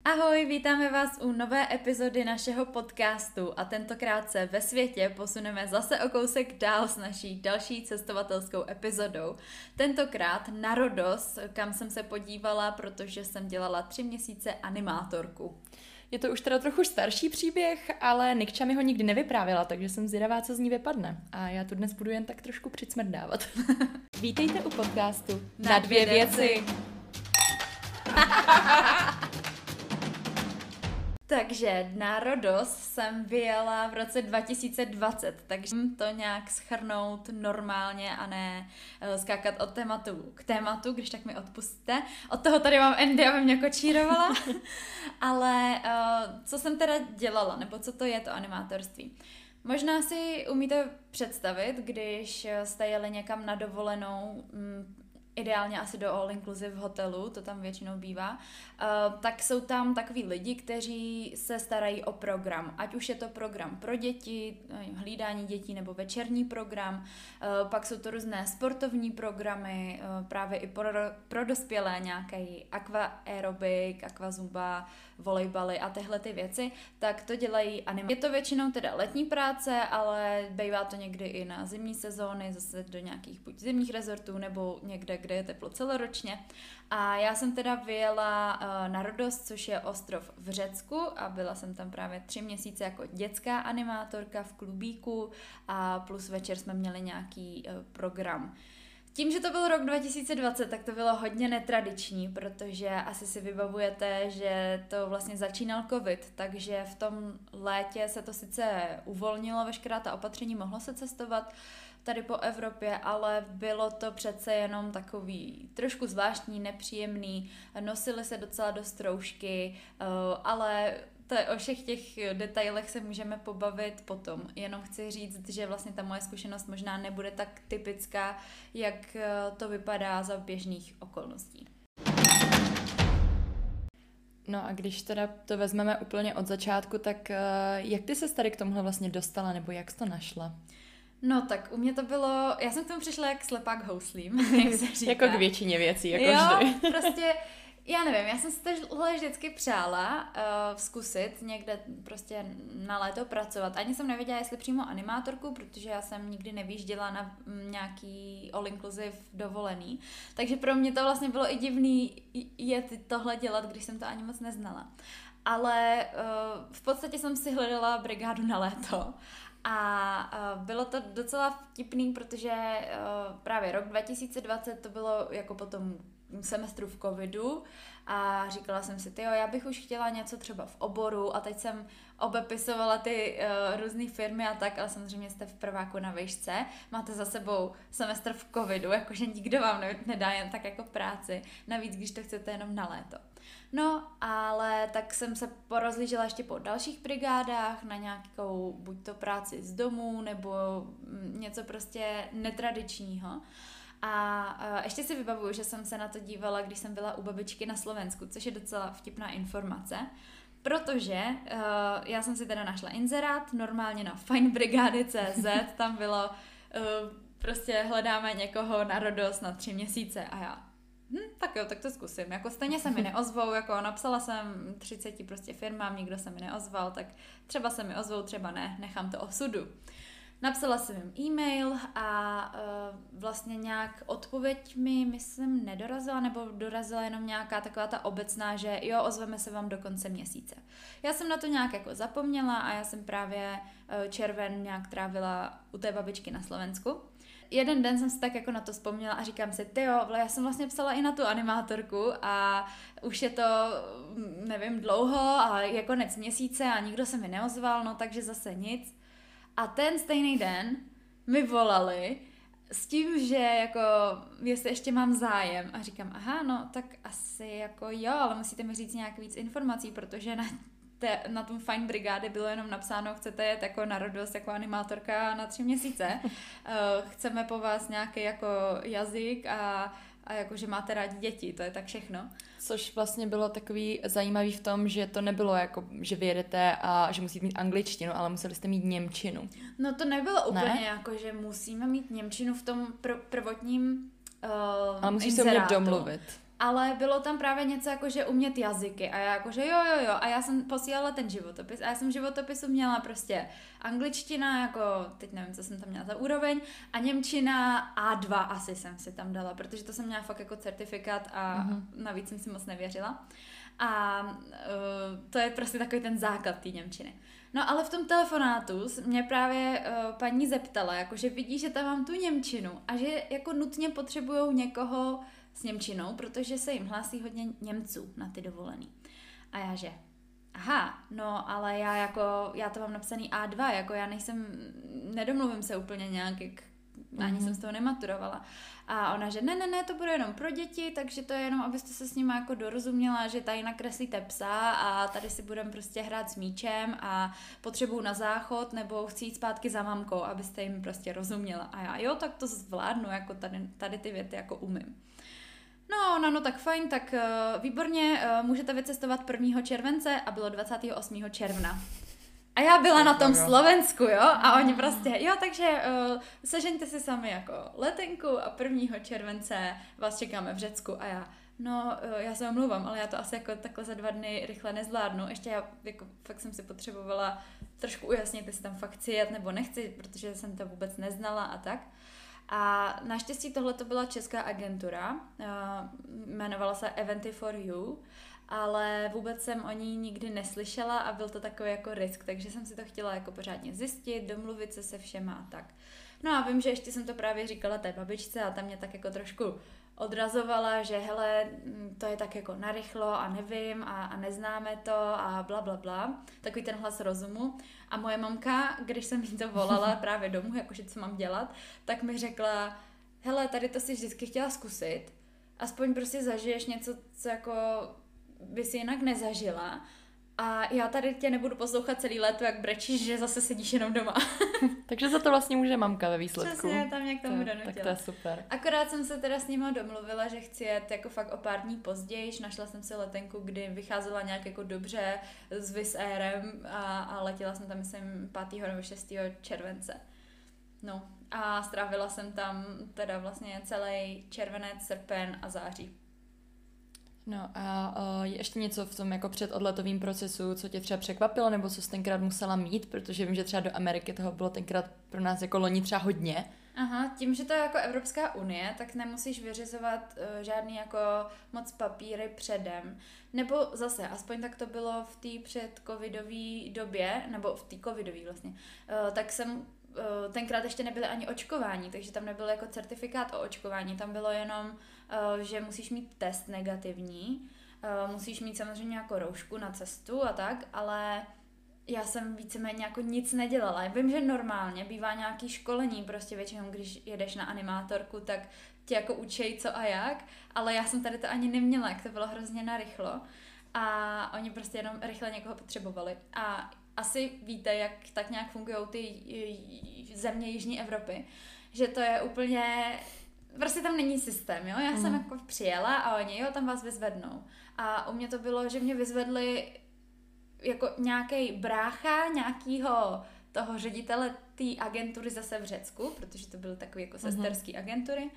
Ahoj, vítáme vás u nové epizody našeho podcastu a tentokrát se ve světě posuneme zase o kousek dál s naší další cestovatelskou epizodou. Tentokrát na Rhodos, kam jsem se podívala, protože jsem dělala 3 měsíce animátorku. Je to už teda trochu starší příběh, ale Nikča mi ho nikdy nevyprávěla, takže jsem zvědavá, co z ní vypadne. A já tu dnes budu jen tak trošku přicmrdávat. Vítejte u podcastu Na dvě věci. Takže na Rhodos jsem vyjela v roce 2020, takže to nějak shrnout normálně a ne skákat od tématu k tématu, když tak mi odpustíte. Od toho tady mám Andy, aby mě kočírovala. Ale co jsem teda dělala, nebo co to je to animátorství? Možná si umíte představit, když jste jeli někam na dovolenou, ideálně asi do all inclusive hotelu, to tam většinou bývá, tak jsou tam takový lidi, kteří se starají o program. Ať už je to program pro děti, hlídání dětí nebo večerní program, pak jsou to různé sportovní programy, právě i pro dospělé, nějaký aquaerobik, aquazumba, volejbaly a tyhle ty věci, tak to dělají animátoři. Je to většinou teda letní práce, ale bývá to někdy i na zimní sezóny, zase do nějakých buď zimních rezortů nebo někde, kde je teplo celoročně. A já jsem teda vyjela na Rhodos, což je ostrov v Řecku a byla jsem tam právě 3 měsíce jako dětská animátorka v klubíku a plus večer jsme měli nějaký program. Tím, že to byl rok 2020, tak to bylo hodně netradiční, protože asi si vybavujete, že to vlastně začínal covid, takže v tom létě se to sice uvolnilo, veškerá ta opatření, mohlo se cestovat tady po Evropě, ale bylo to přece jenom takový trošku zvláštní, nepříjemný, nosili se docela dost roušky, ale o všech těch detailech se můžeme pobavit potom. Jenom chci říct, že vlastně ta moje zkušenost možná nebude tak typická, jak to vypadá za běžných okolností. No a když teda to vezmeme úplně od začátku, tak jak ty se tady k tomuhle vlastně dostala, nebo jak jsi to našla? No tak u mě to bylo, já jsem k tomu přišla jak slepák houslím, jak se říká. Jako k většině věcí, jako jo, vždy. prostě, já nevím, já jsem si tohle vždycky přála zkusit někde prostě na léto pracovat. Ani jsem nevěděla, jestli přímo animátorku, protože já jsem nikdy nevýjížděla na nějaký all-inclusive dovolený. Takže pro mě to vlastně bylo i divný tohle dělat, když jsem to ani moc neznala. Ale v podstatě jsem si hledala brigádu na léto. A bylo to docela vtipný, protože právě rok 2020 to bylo jako po tom semestru v covidu a říkala jsem si, já bych už chtěla něco třeba v oboru a teď jsem obepisovala ty různé firmy a tak, ale samozřejmě jste v prváku na výšce, máte za sebou semestr v covidu, jakože nikdo vám nedá jen tak jako práci, navíc když to chcete jenom na léto. No, ale tak jsem se porozlížela ještě po dalších brigádách na nějakou buď to práci z domu nebo něco prostě netradičního. A ještě si vybavuju, že jsem se na to dívala, když jsem byla u babičky na Slovensku, což je docela vtipná informace, protože já jsem si teda našla inzerát normálně na finebrigady.cz, tam bylo prostě hledáme někoho na Rhodos na 3 měsíce a já tak jo, tak to zkusím. Jako stejně se mi neozvou, jako napsala jsem 30 prostě firmám, nikdo se mi neozval, tak třeba se mi ozvou, třeba ne, nechám to osudu. Napsala jsem jim e-mail a vlastně nějak odpověď mi, myslím, nedorazila, nebo dorazila jenom nějaká taková ta obecná, že jo, ozveme se vám do konce měsíce. Já jsem na to nějak jako zapomněla a já jsem právě červen nějak trávila u té babičky na Slovensku. Jeden den jsem si tak jako na to vzpomněla a říkám si, já jsem vlastně psala i na tu animátorku a už je to, nevím, dlouho a je konec měsíce a nikdo se mi neozval, no takže zase nic. A ten stejný den mi volali s tím, že jako jestli ještě mám zájem a říkám, aha, no tak asi jako jo, ale musíte mi říct nějak víc informací, protože na tom Fine Brigády bylo jenom napsáno, chcete jet jako na Rhodos jako animátorka na 3 měsíce. Chceme po vás nějaký jako jazyk a jako, že máte rádi děti, to je tak všechno. Což vlastně bylo takový zajímavý v tom, že to nebylo jako, že vyjedete a že musíte mít angličtinu, ale museli jste mít němčinu. No to nebylo úplně jako, že musíme mít němčinu v tom prvotním ale musíš se umět domluvit. ale bylo tam právě něco jako, že umět jazyky a já jako, že jo a já jsem posílala ten životopis a já jsem v životopisu měla prostě angličtina, jako teď nevím, co jsem tam měla za úroveň a němčina A2 asi jsem si tam dala, protože to jsem měla fakt jako certifikát a navíc jsem si moc nevěřila. A to je prostě takový ten základ té němčiny. No ale v tom telefonátu mě právě paní zeptala, jako, že vidí, že tam mám tu němčinu a že jako nutně potřebujou někoho s němčinou, protože se jim hlásí hodně Němců na ty dovolený. A já že, aha, no ale já to mám napsaný A2, jako já nedomluvím se úplně nějak, ani jsem z toho nematurovala. A ona, že ne, to bude jenom pro děti, takže to je jenom, abyste se s nima jako dorozuměla, že tady nakreslíte psa a tady si budeme prostě hrát s míčem a potřebuju na záchod nebo chci jít zpátky za mamkou, abyste jim prostě rozuměla. A já, jo, tak to zvládnu, jako tady ty věty jako umím. No, tak fajn, tak výborně, můžete vycestovat 1. července a bylo 28. června. A já byla na tom Slovensku, jo, a oni prostě, jo, takže sežeňte si sami jako letenku a 1. července vás čekáme v Řecku a já se omlouvám, ale já to asi jako takhle za 2 dny rychle nezvládnu, ještě já jako fakt jsem si potřebovala trošku ujasnit, jestli tam fakt chci jet nebo nechci, protože jsem to vůbec neznala a tak. A naštěstí tohle to byla česká agentura, jmenovala se Eventy for You, ale vůbec jsem o ní nikdy neslyšela a byl to takový jako risk, takže jsem si to chtěla jako pořádně zjistit, domluvit se všema a tak. No a vím, že ještě jsem to právě říkala té babičce a ta mě tak jako trošku odrazovala, že hele, to je tak jako narychlo a nevím a neznáme to a bla bla bla, takový ten hlas rozumu. A moje mamka, když jsem jí to volala právě domů, jakože co mám dělat, tak mi řekla, hele, tady to si vždycky chtěla zkusit, aspoň prostě zažiješ něco, co jako by si jinak nezažila a já tady tě nebudu poslouchat celý léto, jak brečíš, že zase sedíš jenom doma. Takže za to vlastně může mamka ve výsledku. Přesně, tam mě k tomu donutila. Tak to je super. Akorát jsem se teda s nima domluvila, že chci jet jako fakt o pár dní později, našla jsem si letenku, kdy vycházela nějak jako dobře s Wizz Airem a letěla jsem tam, myslím, 5. nebo 6. července. No a strávila jsem tam teda vlastně celý červenec, srpen a září. No a je ještě něco v tom jako předodletovým procesu, co tě třeba překvapilo, nebo co jsi tenkrát musela mít, protože vím, že třeba do Ameriky toho bylo tenkrát pro nás jako loni třeba hodně. Aha, tím, že to je jako Evropská unie, tak nemusíš vyřizovat žádný jako moc papíry předem. Nebo zase, aspoň tak to bylo v té předcovidové době, nebo v té covidové vlastně, tak jsem tenkrát ještě nebyly ani očkování, takže tam nebyl jako certifikát o očkování, tam bylo jenom, že musíš mít test negativní, musíš mít samozřejmě jako roušku na cestu a tak, ale já jsem víceméně jako nic nedělala. Já vím, že normálně bývá nějaký školení, prostě většinou, když jedeš na animátorku, tak tě jako učej co a jak, ale já jsem tady to ani neměla, jak to bylo hrozně narychlo a oni prostě jenom rychle někoho potřebovali. A asi víte, jak tak nějak fungují ty země Jižní Evropy, že to je úplně, prostě tam není systém, jo, já jsem jako přijela a oni, jo, tam vás vyzvednou. A u mě to bylo, že mě vyzvedli jako nějaký brácha, nějakýho toho ředitele té agentury zase v Řecku, protože to byly takové jako sesterský agentury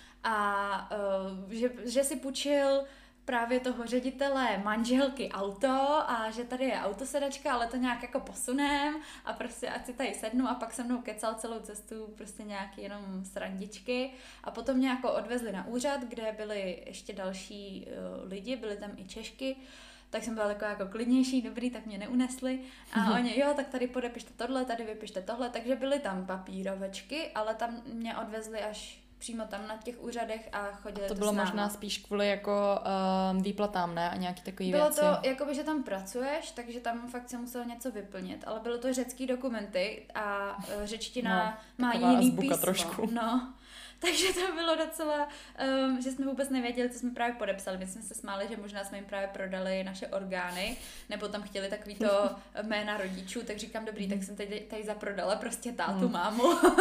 a že si půjčil právě toho ředitele manželky auto a že tady je autosedačka, ale to nějak jako posunem a prostě ať si tady sednu a pak se mnou kecal celou cestu prostě nějaký jenom srandičky a potom mě jako odvezli na úřad, kde byli ještě další lidi, byli tam i Češky, tak jsem byla taková jako klidnější, dobrý, tak mě neunesli a oni, jo, tak tady podepište tohle, tady vypište tohle, takže byly tam papírovečky, ale tam mě odvezli až přímo tam na těch úřadech a chodili to to bylo s náma. možná spíš kvůli jako výplatám, ne? A nějaký takový bylo věci. Bylo to, jakoby, že tam pracuješ, takže tam fakt se muselo něco vyplnit, ale byly to řecký dokumenty a řečtina má jiný písmo. Trošku. No. Takže to bylo docela, že jsme vůbec nevěděli, co jsme právě podepsali. My jsme se smáli, že možná jsme jim právě prodali naše orgány, nebo tam chtěli takovýto jména rodičů, tak říkám, dobrý, tak jsem tady zaprodala prostě tátu, mámu.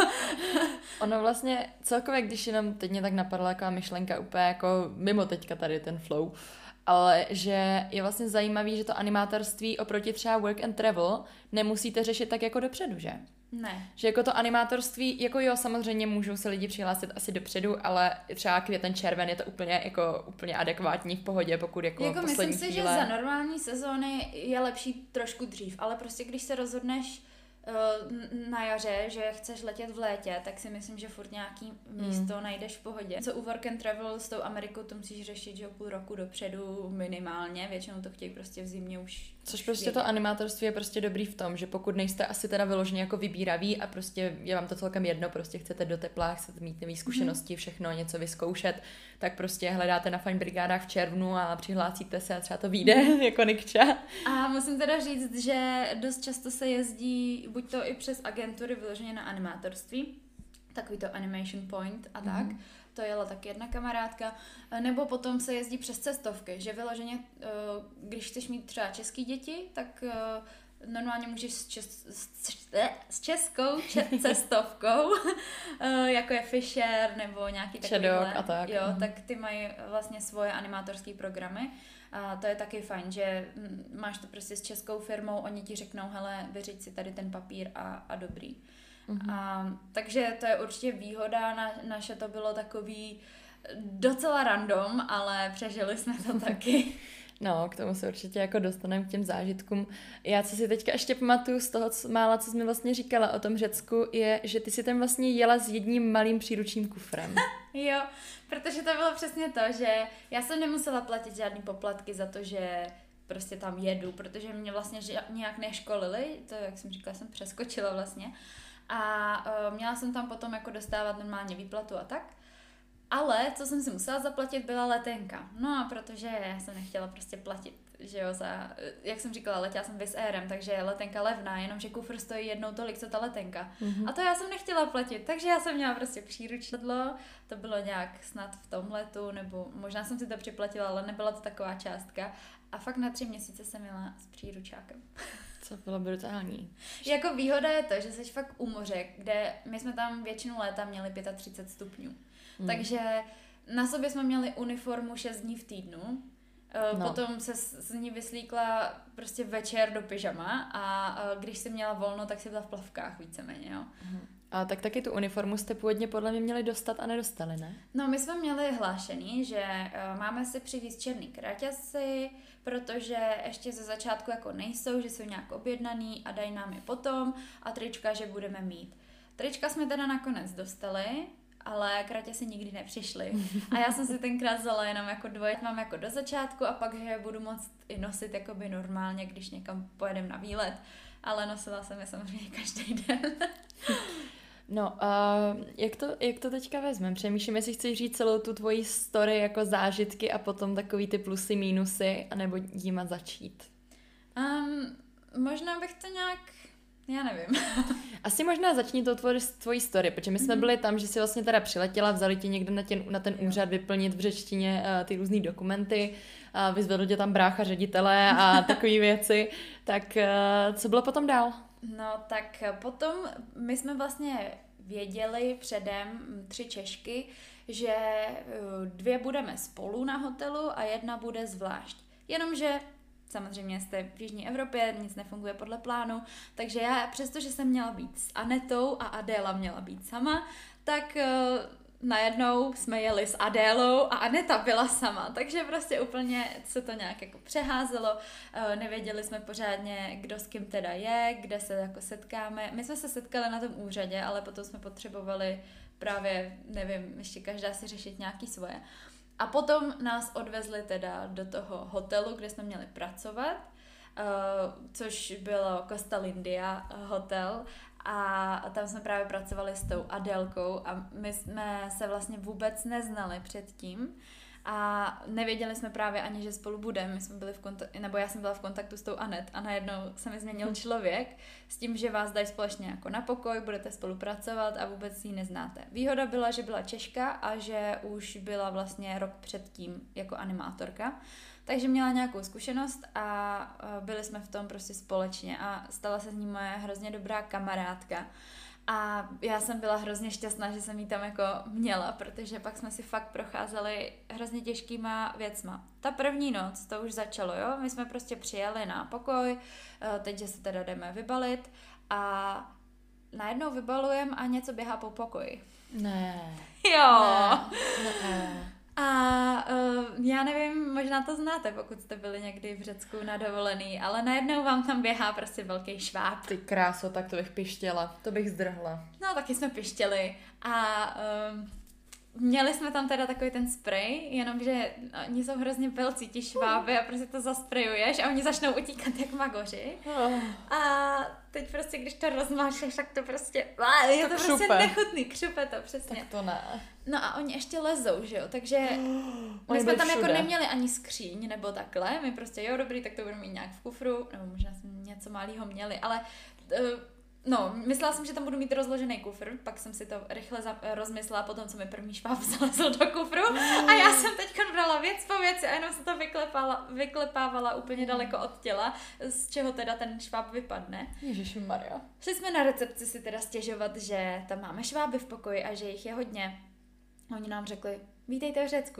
Ono vlastně celkově, když jenom teď mě tak napadla taková myšlenka úplně jako mimo teďka tady ten flow, ale že je vlastně zajímavý, že to animátorství oproti třeba work and travel nemusíte řešit tak jako dopředu, že? Ne. Že jako to animátorství, jako jo, samozřejmě můžou se lidi přihlásit asi dopředu, ale třeba květen, červen je to úplně adekvátní v pohodě, pokud jako poslední myslím si, chvíle. že za normální sezóny je lepší trošku dřív, ale prostě když se rozhodneš na jaře, že chceš letět v létě, tak si myslím, že furt nějaký místo najdeš v pohodě. Co u work and travel s tou Amerikou, to musíš řešit, že o půl roku dopředu minimálně, většinou to chtějí prostě v zimě už. Což prostě to animátorství je prostě dobrý v tom, že pokud nejste asi teda vyloženě jako vybíraví a prostě je vám to celkem jedno, prostě chcete do tepla, chcete mít nový zkušenosti, všechno, něco vyzkoušet, tak prostě hledáte na Fajn brigádách v červnu a přihlásíte se a třeba to vyjde jako Nikča. A musím teda říct, že dost často se jezdí buď to i přes agentury vyloženě na animátorství, takový to Animation Point a tak. To jela tak jedna kamarádka, nebo potom se jezdí přes cestovky, že vyloženě, když chceš mít třeba český děti, tak normálně můžeš s českou cestovkou, jako je Fisher nebo nějaký takovýhle. A tak. Jo, tak ty mají vlastně svoje animátorské programy. A to je taky fajn, že máš to prostě s českou firmou, oni ti řeknou, hele, vyřiď si tady ten papír a dobrý. Takže to je určitě výhoda, naše to bylo takový docela random, ale přežili jsme to taky. No, k tomu se určitě jako dostaneme k těm zážitkům. Já, co si teďka ještě pamatuju z toho mála, co jsi mi vlastně říkala o tom Řecku, je, že ty si tam vlastně jela s jedním malým příručním kufrem. Jo, protože to bylo přesně to, že já jsem nemusela platit žádný poplatky za to, že prostě tam jedu, protože mě vlastně nějak neškolili, to, jak jsem říkala, jsem přeskočila vlastně. A měla jsem tam potom jako dostávat normálně výplatu a tak. Ale co jsem si musela zaplatit, byla letenka. No a protože já jsem nechtěla prostě platit, že jo, jak jsem říkala, letěla jsem Wizz Airem, takže letenka levná, jenomže kufr stojí jednou tolik, co ta letenka. A to já jsem nechtěla platit, takže já jsem měla prostě příručidlo, to bylo nějak snad v tom letu, nebo možná jsem si to připlatila, ale nebyla to taková částka. A fakt na 3 měsíce jsem jela s příručákem. Co bylo brutální. Jako výhoda je to, že jsi fakt u moře, kde my jsme tam většinu léta měli 35 stupňů. Takže na sobě jsme měli uniformu 6 dní v týdnu. Potom se z ní vyslíkla prostě večer do pyžama a když jsi měla volno, tak jsi byla v plavkách víceméně, jo. A tak taky tu uniformu jste původně podle mě měli dostat a nedostali, ne? No, my jsme měli hlášený, že máme si přivést černý kraťasy, protože ještě ze začátku jako nejsou, že jsou nějak objednaný a dají nám je potom a trička, že budeme mít. Trička jsme teda nakonec dostali, ale kraťasy nikdy nepřišly. A já jsem si tenkrát vzala jenom jako dvoje, mám jako do začátku a pak je budu moct i nosit jakoby normálně, když někam pojedem na výlet. Ale nosila jsem je samozřejmě každý den. No a jak to teďka vezmeme? Přemýšlím, jestli chceš říct celou tu tvoji story jako zážitky a potom takový ty plusy, mínusy, anebo jíma začít. Možná bych to nějak, já nevím. Asi možná začni to tvojí story, protože my jsme byli tam, že si vlastně teda přiletěla, vzali tě někde na ten úřad vyplnit v řečtině ty různý dokumenty, vyzvedl tě tam brácha ředitele a takové věci. Tak co bylo potom dál? No tak potom my jsme vlastně věděli předem 3 Češky, že 2 budeme spolu na hotelu a 1 bude zvlášť. Jenomže samozřejmě jste v Jižní Evropě, nic nefunguje podle plánu, takže já, přestože jsem měla být s Anetou a Adéla měla být sama, tak najednou jsme jeli s Adélou a Aneta byla sama, takže prostě úplně se to nějak jako přeházelo, nevěděli jsme pořádně, kdo s kým teda je, kde se jako setkáme. My jsme se setkali na tom úřadě, ale potom jsme potřebovali právě, nevím, ještě každá si řešit nějaký svoje. A potom nás odvezli teda do toho hotelu, kde jsme měli pracovat, což bylo Costa Lindia hotel a tam jsme právě pracovali s tou Adélkou a my jsme se vlastně vůbec neznali předtím a nevěděli jsme právě ani, že spolu budeme. My jsme byli nebo já jsem byla v kontaktu s tou Anet a najednou se mi změnil člověk s tím, že vás dají společně jako na pokoj, budete spolupracovat a vůbec ji neznáte. Výhoda byla, že byla Češka a že už byla vlastně rok předtím jako animátorka. takže měla nějakou zkušenost a byli jsme v tom prostě společně a stala se z ní moje hrozně dobrá kamarádka. A já jsem byla hrozně šťastná, že jsem jí tam jako měla, protože pak jsme si fakt procházeli hrozně těžkýma věcma. Ta první noc, to už začalo, jo, my jsme prostě přijeli na pokoj, teď, že se teda jdeme vybalit a najednou vybalujeme a něco běhá po pokoji. Ne. Jo. Ne. A já nevím, možná to znáte, pokud jste byli někdy v Řecku na dovolený, ale najednou vám tam běhá prostě velký šváb. Ty kráso, tak to bych pištěla, to bych zdrhla. No, taky jsme pištěli a měli jsme tam teda takový ten sprej, jenomže oni jsou hrozně velcí, ti šváby a prostě to zasprejuješ a oni začnou utíkat jak magoři. A teď prostě, když to rozmášeš, tak to prostě, je to prostě nechutný, křupe to, přesně. Tak to ne. No a oni ještě lezou, že jo, takže my jsme tam jako neměli ani skříň nebo takhle, my prostě jo, dobrý, tak to budeme mít nějak v kufru, nebo možná jsme něco malého měli, ale no, myslela jsem, že tam budu mít rozložený kufr, pak jsem si to rychle rozmyslela po tom, co mi první šváb zalezl do kufru a já jsem teď brala věc po věci a jenom se to vyklepávala úplně daleko od těla, z čeho teda ten šváb vypadne. Ježišmarja. Šli jsme na recepci si teda stěžovat, že tam máme šváby v pokoji a že jich je hodně. Oni nám řekli, vítejte v Řecku.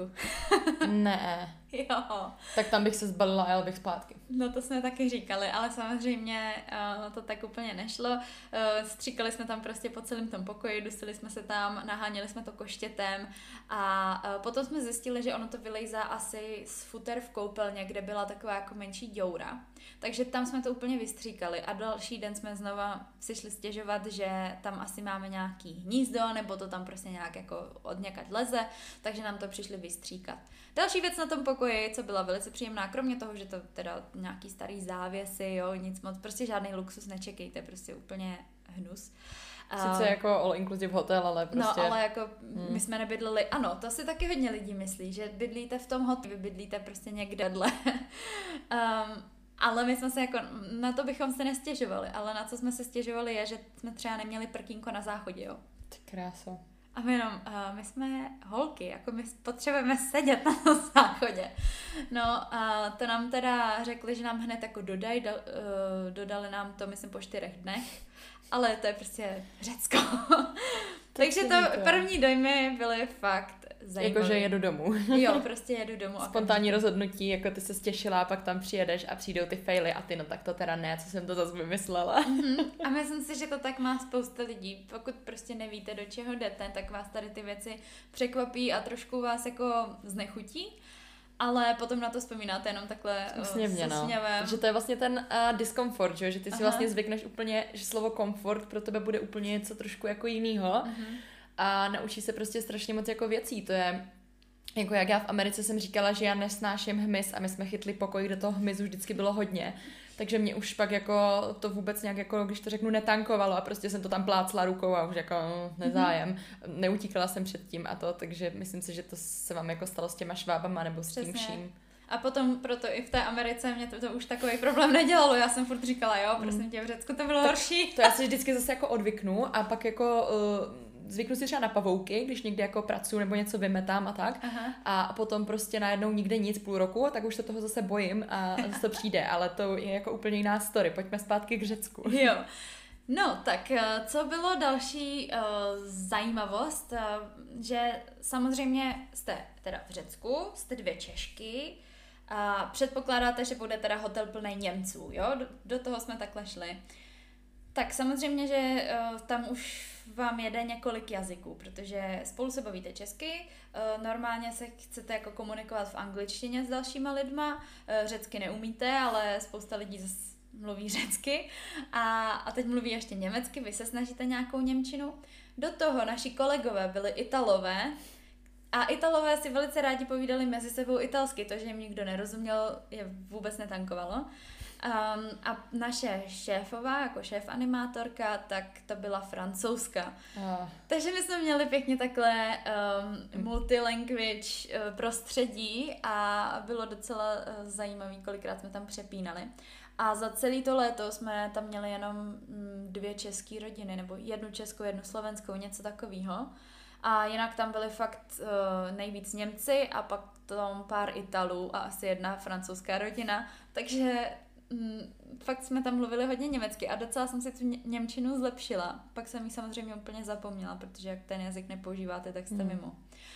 Ne. Jo. Tak tam bych se zbalila a jela bych zpátky. No to jsme taky říkali, ale samozřejmě to tak úplně nešlo. Stříkali jsme tam prostě po celém tom pokoji, dusili jsme se tam, naháněli jsme to koštětem a potom jsme zjistili, že ono to vylejzá asi z futer v koupelně, kde byla taková jako menší děura. Takže tam jsme to úplně vystříkali a další den jsme znova si šli stěžovat, že tam asi máme nějaký hnízdo, nebo to tam prostě nějak jako od někať leze, takže nám to přišli vystříkat. Další věc na tom pokoji, co byla velice příjemná, kromě toho, že to teda nějaký starý závěsy, jo, nic moc, prostě žádný luxus nečekejte, prostě úplně hnus. Sice jako all inclusive hotel, ale prostě... No, ale jako my jsme nebydleli, ano, to si taky hodně lidí myslí, že bydlíte v tom hotelu, vy bydlíte prostě někde dle. Ale my jsme se jako, na to bychom se nestěžovali, ale na co jsme se stěžovali je, že jsme třeba neměli prkínko na záchodě, jo. Ty kráso. A my jenom, my jsme holky, jako my potřebujeme sedět na tom záchodě. No a to nám teda řekli, že nám hned jako dodali nám to, myslím, po 4 dnech, ale to je prostě Řecko. Takže to první dojmy byly fakt zajímavé. Jakože jedu domů. Jo, prostě jedu domů. Spontánní rozhodnutí, jako ty se stěšila a pak tam přijedeš a přijdou ty faily a ty, no tak to teda ne, co jsem to zase vymyslela. A myslím si, že to tak má spousta lidí. Pokud prostě nevíte, do čeho jdete, tak vás tady ty věci překvapí a trošku vás jako znechutí. Ale potom na to vzpomínáte jenom takhle Úsměvně, no. Že to je vlastně ten diskomfort, že ty si vlastně zvykneš úplně, že slovo komfort pro tebe bude úplně něco trošku jako jinýho a naučíš se prostě strašně moc jako věcí. To je, jako jak já v Americe jsem říkala, že já nesnáším hmyz a my jsme chytli pokoj, kde toho hmyzu vždycky bylo hodně. Takže mě už pak jako to vůbec nějak jako, když to řeknu, netankovalo a prostě jsem to tam plácla rukou a už jako nezájem. Neutíkala jsem před tím a to, takže myslím si, že to se vám jako stalo s těma švábama nebo s tím vším. A potom proto i v té Americe mě to už takový problém nedělalo. Já jsem furt říkala, jo, prosím tě, v Řecku to bylo horší. To já si vždycky zase jako odvyknu a pak jako zvyknu si třeba na pavouky, když někde jako pracuji nebo něco vymetám a tak. A potom prostě najednou nikde nic půl roku, tak už se toho zase bojím a zase to přijde, ale to je jako úplně jiná story. Pojďme zpátky k Řecku. Jo. No, tak co bylo další zajímavost, že samozřejmě jste teda v Řecku, jste 2 Češky a předpokládáte, že bude teda hotel plný Němců, jo? Do toho jsme takhle šli. Tak samozřejmě, že tam už vám jede několik jazyků, protože spolu se bavíte česky, normálně se chcete jako komunikovat v angličtině s dalšíma lidma, řecky neumíte, ale spousta lidí zase mluví řecky a teď mluví ještě německy, vy se snažíte nějakou němčinu. Do toho naši kolegové byli Italové a Italové si velice rádi povídali mezi sebou italsky, to, že jim nikdo nerozuměl, je vůbec netankovalo. A naše šéfová, jako šéf animátorka, tak to byla Francouzska. Takže my jsme měli pěkně takhle multilanguage prostředí a bylo docela zajímavý, kolikrát jsme tam přepínali. A za celý to léto jsme tam měli jenom 2 české rodiny, nebo 1 českou, 1 slovenskou, něco takového. A jinak tam byly fakt nejvíc Němci a pak tam pár Italů a asi jedna francouzská rodina, takže fakt jsme tam mluvili hodně německy a docela jsem si tu němčinu zlepšila. Pak jsem ji samozřejmě úplně zapomněla, protože jak ten jazyk nepoužíváte, tak jste mimo.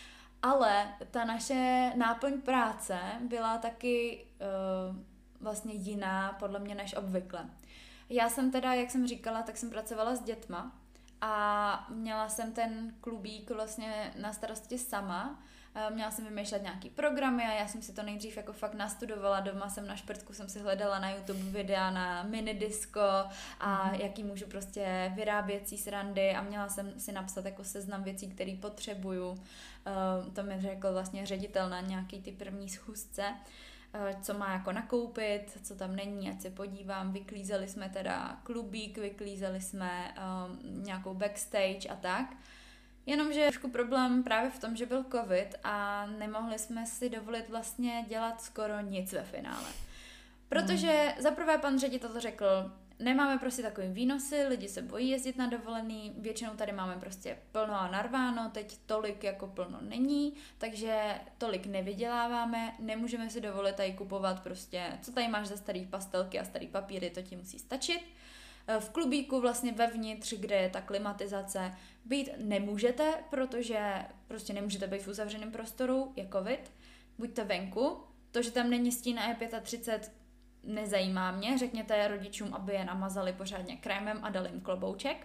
Ale ta naše náplň práce byla taky vlastně jiná podle mě než obvykle. Já jsem teda, jak jsem říkala, tak jsem pracovala s dětma a měla jsem ten klubík vlastně na starosti sama. Měla jsem vymýšlet nějaký programy a já jsem si to nejdřív jako fakt nastudovala. Doma jsem na šprtku jsem si hledala na YouTube videa na minidisko a jaký můžu prostě vyráběcí srandy a měla jsem si napsat jako seznam věcí, které potřebuju. To mi řekl vlastně ředitel na nějaký ty první schůzce, co má jako nakoupit, co tam není, ať se podívám. Vyklízeli jsme teda klubík, vyklízeli jsme nějakou backstage a tak. Jenomže trošku problém právě v tom, že byl covid a nemohli jsme si dovolit vlastně dělat skoro nic ve finále. Protože zaprvé pan ředitel řekl, nemáme prostě takový výnosy, lidi se bojí jezdit na dovolený, většinou tady máme prostě plno a narváno, teď tolik jako plno není, takže tolik nevyděláváme, nemůžeme si dovolit tady kupovat prostě, co tady máš za starý pastelky a starý papíry, to ti musí stačit. V klubíku vlastně vevnitř, kde je ta klimatizace, být nemůžete, protože prostě nemůžete být v uzavřeném prostoru, je covid, buďte venku, to, že tam není stín a je 35, nezajímá mě, řekněte rodičům, aby je namazali pořádně krémem a dali jim klobouček.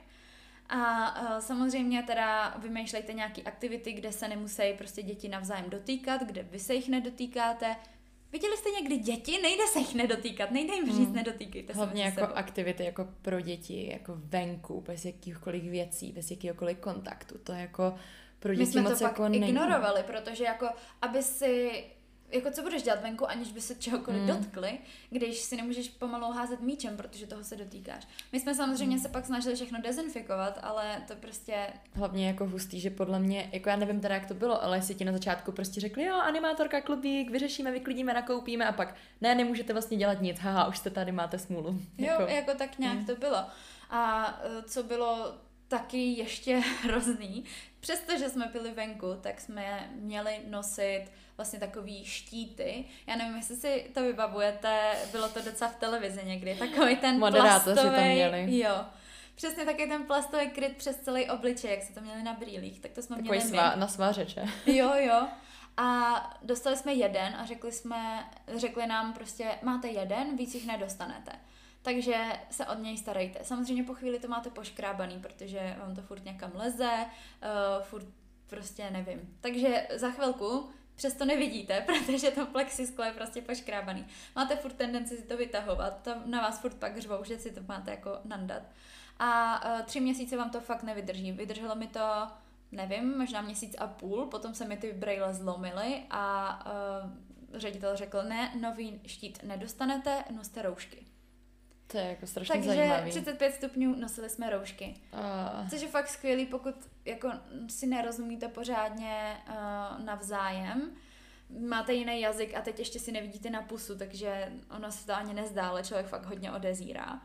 A samozřejmě teda vymýšlejte nějaké aktivity, kde se nemusí prostě děti navzájem dotýkat, kde vy se jich nedotýkáte. Viděli jste někdy děti? Nejde se jich nedotýkat, nejde jim říct nedotýkejte se. Hlavně jako aktivity jako pro děti, jako venku, bez jakýchkoliv věcí, bez jakýhokoliv kontaktu. To jako pro děti moc jako není. My jsme to pak ignorovali, protože jako, aby si jako co budeš dělat venku, aniž by se čehokoliv dotkli, když si nemůžeš pomalu házet míčem, protože toho se dotýkáš. My jsme samozřejmě se pak snažili všechno dezinfikovat, ale to prostě... Hlavně jako hustý, že podle mě, jako já nevím teda, jak to bylo, ale jestli ti na začátku prostě řekli, jo, animátorka, klubík, vyřešíme, vyklidíme, nakoupíme a pak ne, nemůžete vlastně dělat nic, haha, už jste tady, máte smůlu. Jo, jako tak nějak to bylo. A co bylo taky ještě hrozný, přestože jsme byli venku, tak jsme měli nosit vlastně takový štíty. Já nevím, jestli si to vybavujete, bylo to docela v televizi někdy, takový ten moderátoři plastový, tam měli. Jo. Přesně taky ten plastový kryt přes celý obličej, jak se to měli na brýlích, tak to jsme takový měli na svářeče. Jo. A dostali jsme jeden a řekli nám prostě, máte jeden, víc jich nedostanete. Takže se od něj starejte. Samozřejmě po chvíli to máte poškrábaný, protože vám to furt někam leze, furt prostě nevím. Takže za chvilku přesto nevidíte, protože to plexisklo je prostě poškrábaný. Máte furt tendenci si to vytahovat, to na vás furt pak řvou, že si to máte jako nandat. A 3 měsíce vám to fakt nevydrží. Vydrželo mi to, nevím, možná 1,5 měsíce, potom se mi ty brejle zlomily a ředitel řekl, ne, nový štít nedostanete, noste roušky. To je jako strašně zajímavý. Takže 35 stupňů nosili jsme roušky. Což je fakt skvělý, pokud jako si nerozumíte pořádně navzájem. Máte jiný jazyk a teď ještě si nevidíte na pusu, takže ono se to ani nezdá, ale člověk fakt hodně odezírá.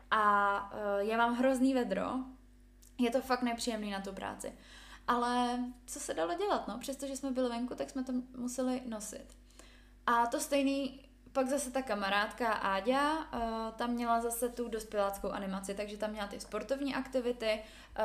A je vám hrozný vedro, je to fakt nepříjemný na tu práci. Ale co se dalo dělat, no? Přestože jsme byli venku, tak jsme to museli nosit. A to stejný pak zase ta kamarádka Áďa, tam měla zase tu dospěláckou animaci, takže tam měla ty sportovní aktivity,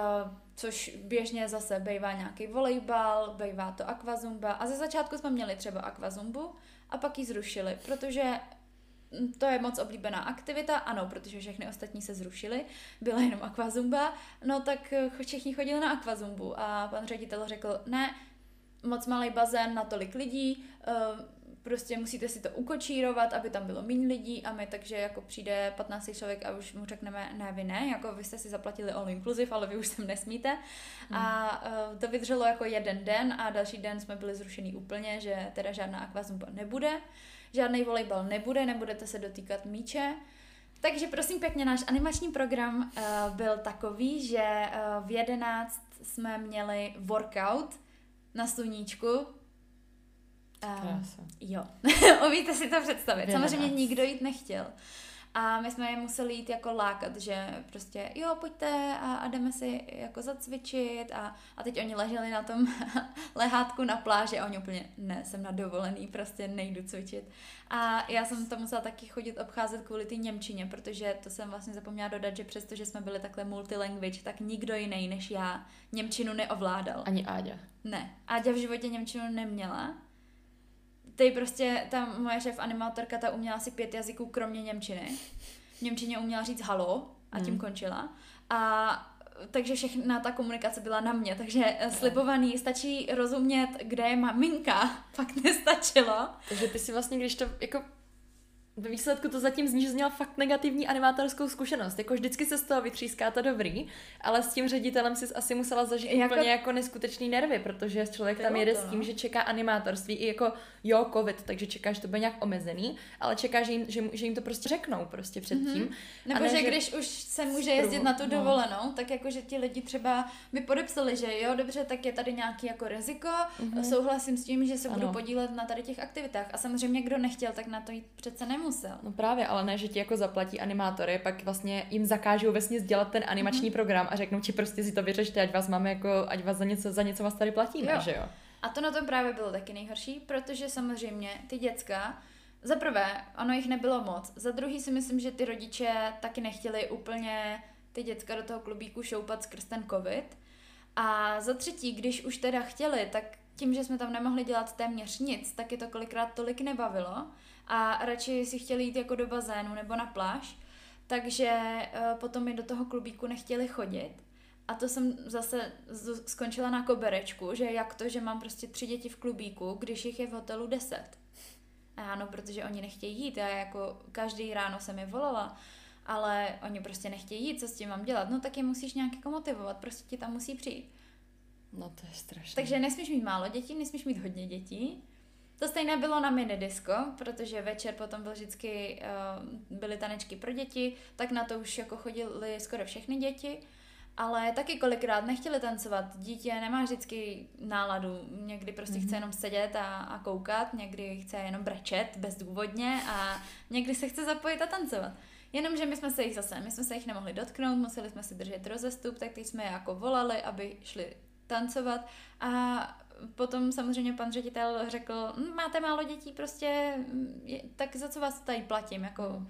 což běžně zase bývá nějaký volejbal, bývá to aquazumba a ze začátku jsme měli třeba aquazumbu a pak ji zrušili, protože to je moc oblíbená aktivita, ano, protože všechny ostatní se zrušily, byla jenom aquazumba, no tak všichni chodili na aquazumbu a pan ředitel řekl, ne, moc malý bazén na tolik lidí, prostě musíte si to ukočírovat, aby tam bylo méně lidí a my takže jako přijde 15 člověk a už mu řekneme, ne, vy ne, jako vy jste si zaplatili all inclusive, ale vy už sem nesmíte. A to vydrželo jako jeden den a další den jsme byli zrušený úplně, že teda žádná aquazumba nebude, žádný volejbal nebude, nebudete se dotýkat míče. Takže prosím pěkně, náš animační program byl takový, že v 11 jsme měli workout na sluníčku. Jo, umíte si to představit. Samozřejmě nikdo jít nechtěl. A my jsme je museli jít jako lákat, že prostě jo, pojďte a jdeme si jako zacvičit a teď oni leželi na tom lehátku na pláži a oni úplně, ne, jsem na dovolený, prostě nejdu cvičit. A já jsem to musela taky chodit obcházet kvůli té němčině, protože to jsem vlastně zapomněla dodat, že přestože jsme byli takhle multilanguage, tak nikdo jiný než já němčinu neovládal. Ani Áďa. Ne, Áďa v životě němčinu neměla. Teď prostě ta moje šéf animátorka, ta uměla asi 5 jazyků kromě němčiny. V němčině uměla říct halo a tím končila. A takže všechna ta komunikace byla na mě, takže slibovaný, stačí rozumět, kde je maminka, fakt nestačilo. Takže ty si vlastně, když to jako ve výsledku to zatím zní, že jsi měla fakt negativní animátorskou zkušenost. Jako vždycky se z toho vytříská to dobrý, ale s tím ředitelem si asi musela zažít úplně jako neskutečný nervy, protože člověk tam jede s tím, že čeká animátorství i jako jo, covid, takže čeká, že to bude nějak omezený, ale čeká, že jim to prostě řeknou prostě předtím. Nebo že když už se může jezdit na tu dovolenou, tak jako, že ti lidi třeba by podepsali, že jo, dobře, tak je tady nějaký jako riziko, souhlasím s tím, že se budu podílet na tady těch aktivitách. A samozřejmě, kdo nechtěl, tak na to jít přece nemusel. No právě, ale ne, že ti jako zaplatí animátory, pak vlastně jim zakážou vesměs dělat ten animační program a řeknou ti prostě si to vyřešte, ať vás za něco vás tady platíme, že jo. A to na tom právě bylo taky nejhorší, protože samozřejmě ty děcka, za prvé, ono jich nebylo moc, za druhý si myslím, že ty rodiče taky nechtěli úplně ty děcka do toho klubíku šoupat skrz ten covid. A za třetí, když už teda chtěli, tak tím, že jsme tam nemohli dělat téměř nic, tak je to kolikrát tolik nebavilo a radši si chtěli jít jako do bazénu nebo na pláž, takže potom mi do toho klubíku nechtěli chodit. A to jsem zase skončila na koberečku, že jak to, že mám prostě 3 děti v klubíku, když jich je v hotelu 10. A ano, protože oni nechtějí jít, já jako každý ráno jsem je volala, ale oni prostě nechtějí jít, co s tím mám dělat? No tak je musíš nějak jako motivovat, prostě ti tam musí přijít. No to je strašné. Takže nesmíš mít málo dětí, nesmíš mít hodně dětí. To stejné bylo na minidisko, protože večer potom byl vždycky, byly tanečky pro děti, tak na to už jako chodili skoro všechny děti, ale taky kolikrát nechtěli tancovat. Dítě nemá vždycky náladu, někdy prostě chce jenom sedět a koukat, někdy chce jenom brečet bezdůvodně a někdy se chce zapojit a tancovat. Jenomže my jsme se jich nemohli dotknout, museli jsme si držet rozestup, tak teď jsme je jako volali, aby šli tancovat a potom samozřejmě pan ředitel řekl, máte málo dětí, prostě, tak za co vás tady platím, jako.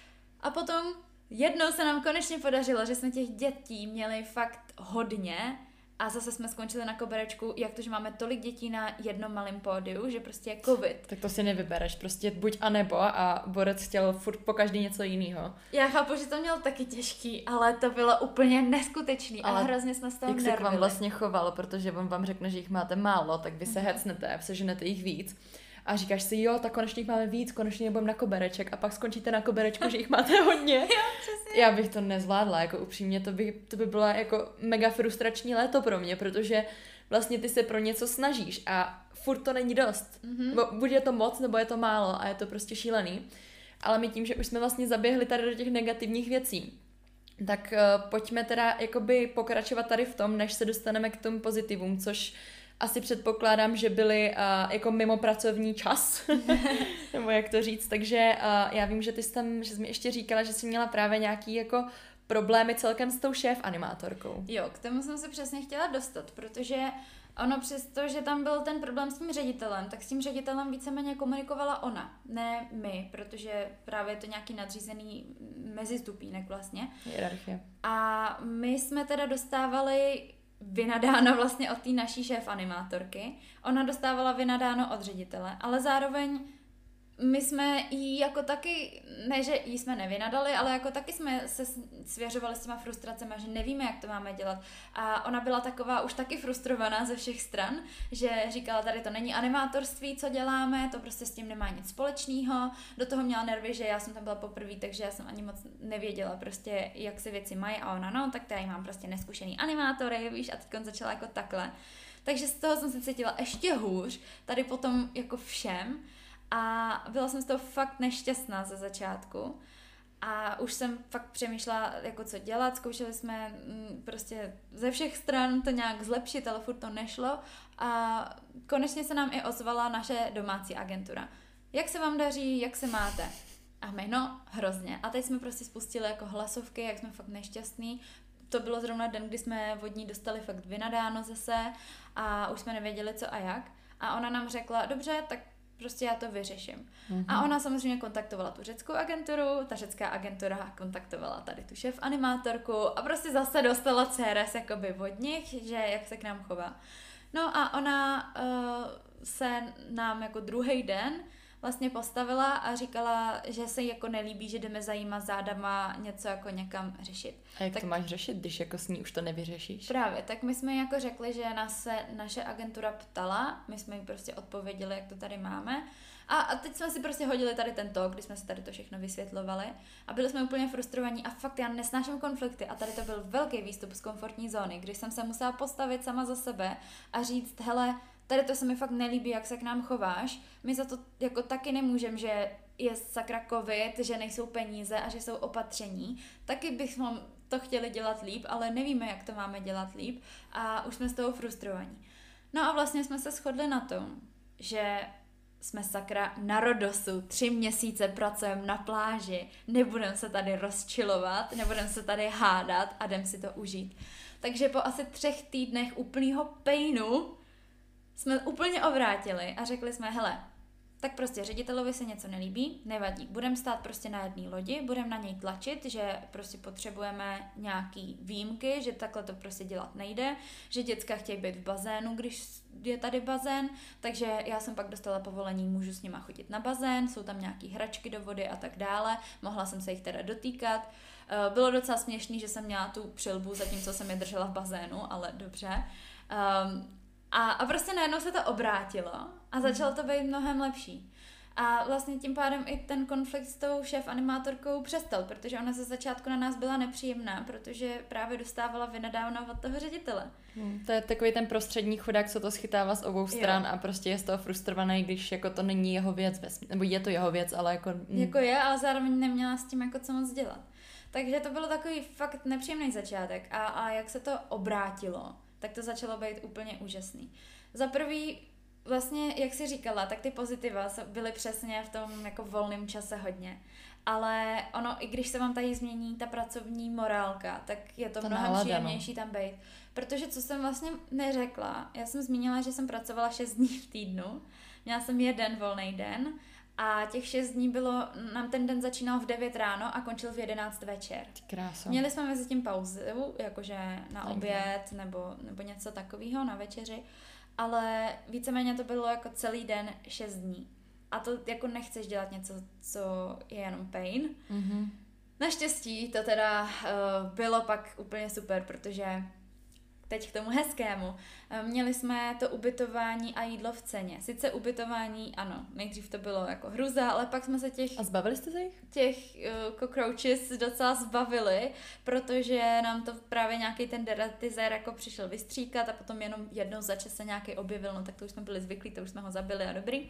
A potom jednou se nám konečně podařilo, že jsme těch dětí měli fakt hodně a zase jsme skončili na koberečku, jak to, že máme tolik dětí na jednom malém pódiu, že prostě je covid. Tak to si nevybereš, prostě buď a nebo a Borec chtěl furt po každý něco jiného. Já chápu, že to měl taky těžký, ale to bylo úplně neskutečný a hrozně jsme z toho nervili. Jak se k vám vlastně chovalo, protože on vám řekne, že jich máte málo, tak vy se hecnete, seženete jich víc. A říkáš si, jo, tak konečně jich máme víc, konečně budeme na kobereček a pak skončíte na koberečku, že jich máte hodně. Jo, přesně. Já bych to nezvládla, jako upřímně, to by bylo jako mega frustrační léto pro mě, protože vlastně ty se pro něco snažíš a furt to není dost. Buď je to moc, nebo je to málo a je to prostě šílený. Ale my tím, že už jsme vlastně zaběhli tady do těch negativních věcí, tak pojďme teda jakoby pokračovat tady v tom, než se dostaneme k tomu pozitivům, což asi předpokládám, že byly jako mimo pracovní čas, nebo jak to říct, takže já vím, že ty jsi tam, že jsi mi ještě říkala, že jsi měla právě nějaký jako problémy celkem s tou šéf animátorkou. Jo, k tomu jsem se přesně chtěla dostat, protože ono přesto, že tam byl ten problém s tím ředitelem, tak s tím ředitelem víceméně komunikovala ona, ne my, protože právě je to nějaký nadřízený mezistupínek vlastně. Hierarchie. A my jsme teda dostávali vynadáno vlastně od té naší šéf animátorky. Ona dostávala vynadáno od ředitele, ale zároveň my jsme jí jako taky, ne že jí jsme nevynadali, ale jako taky jsme se svěřovali s těma frustracemi, že nevíme, jak to máme dělat. A ona byla taková už taky frustrovaná ze všech stran, že říkala, tady to není animátorství, co děláme, to prostě s tím nemá nic společného. Do toho měla nervy, že já jsem tam byla poprvé, takže já jsem ani moc nevěděla prostě, jak se věci mají a ona, no, tak tady mám prostě neskušený animátory, víš, a teď začala jako takhle. Takže z toho jsem se cítila ještě hůř, tady potom jako všem. A byla jsem z toho fakt nešťastná ze začátku a už jsem fakt přemýšlela, jako co dělat, zkoušeli jsme prostě ze všech stran to nějak zlepšit, ale furt to nešlo a konečně se nám i ozvala naše domácí agentura. Jak se vám daří, jak se máte? A my, no, hrozně. A teď jsme prostě spustili jako hlasovky, jak jsme fakt nešťastní. To bylo zrovna den, kdy jsme od ní dostali fakt vynadáno zase a už jsme nevěděli co a jak. A ona nám řekla, dobře, tak prostě já to vyřeším. A ona samozřejmě kontaktovala tu řeckou agenturu, ta řecká agentura kontaktovala tady tu šéf animátorku a prostě zase dostala CRS jakoby od nich, že jak se k nám chová. No a ona se nám jako druhý den vlastně postavila a říkala, že se jí jako nelíbí, že jdeme za jíma zádama něco jako někam řešit. A jak tak, to máš řešit, když jako s ní už to nevyřešíš? Právě, tak my jsme jako řekli, že nás se naše agentura ptala, my jsme jí prostě odpověděli, jak to tady máme. A teď jsme si prostě hodili tady ten talk, kdy jsme si tady to všechno vysvětlovali a byli jsme úplně frustrovaní a fakt já nesnáším konflikty a tady to byl velký výstup z komfortní zóny, když jsem se musela postavit sama za sebe a říct, hele, tady to se mi fakt nelíbí, jak se k nám chováš, my za to jako taky nemůžeme, že je sakra covid, že nejsou peníze a že jsou opatření, taky bychom to chtěli dělat líp, ale nevíme, jak to máme dělat líp a už jsme z toho frustrovaní. No a vlastně jsme se shodli na tom, že jsme sakra na Rodosu, 3 měsíce pracujeme na pláži, nebudeme se tady rozčilovat, nebudeme se tady hádat a jdem si to užít. Takže po asi 3 týdnech úplného painu jsme úplně obrátili a řekli jsme, hele, tak prostě ředitelovi se něco nelíbí, nevadí, budeme stát prostě na jedné lodi, budeme na něj tlačit, že prostě potřebujeme nějaký výjimky, že takhle to prostě dělat nejde, že děcka chtějí být v bazénu, když je tady bazén, takže já jsem pak dostala povolení, můžu s nima chodit na bazén, jsou tam nějaký hračky do vody a tak dále, mohla jsem se jich teda dotýkat. Bylo docela směšný, že jsem měla tu přilbu, zatímco jsem je držela v bazénu, ale dobře. A prostě najednou se to obrátilo a začalo to být mnohem lepší. A vlastně tím pádem i ten konflikt s tou šéf animátorkou přestal, protože ona ze začátku na nás byla nepříjemná, protože právě dostávala vynadávno od toho ředitele. To je takový ten prostřední chudák, co to schytává z obou stran a prostě je z toho frustrovaný, když jako to není jeho věc, nebo je to jeho věc, ale jako... Jako je, ale zároveň neměla s tím jako co moc dělat. Takže to bylo takový fakt nepříjemný začátek a jak se to obrátilo, tak to začalo být úplně úžasný. Za prvý, vlastně, jak jsi říkala, tak ty pozitiva byly přesně v tom jako volném čase hodně. Ale ono, i když se vám tady změní ta pracovní morálka, tak je to mnohem příjemnější tam být. Protože co jsem vlastně neřekla, já jsem zmínila, že jsem pracovala 6 dní v týdnu, měla jsem 1 volný den a těch 6 dní bylo, nám ten den začínal v 9 ráno a končil v 11 večer. Krása. Měli jsme mezi tím pauzu, jakože na oběd nebo něco takového, na večeři, ale víceméně to bylo jako celý den 6 dní. A to jako nechceš dělat něco, co je jenom pain. Mm-hmm. Naštěstí to teda bylo pak úplně super, protože teď k tomu hezkému. Měli jsme to ubytování a jídlo v ceně. Sice ubytování, ano, nejdřív to bylo jako hruza, ale pak jsme se těch... A zbavili jste se jich? Těch cockroaches docela zbavili, protože nám to právě nějaký ten deratizer jako přišel vystříkat a potom jenom jednou za čas se nějaký objevil, no tak to už jsme byli zvyklí, to už jsme ho zabili a dobrý.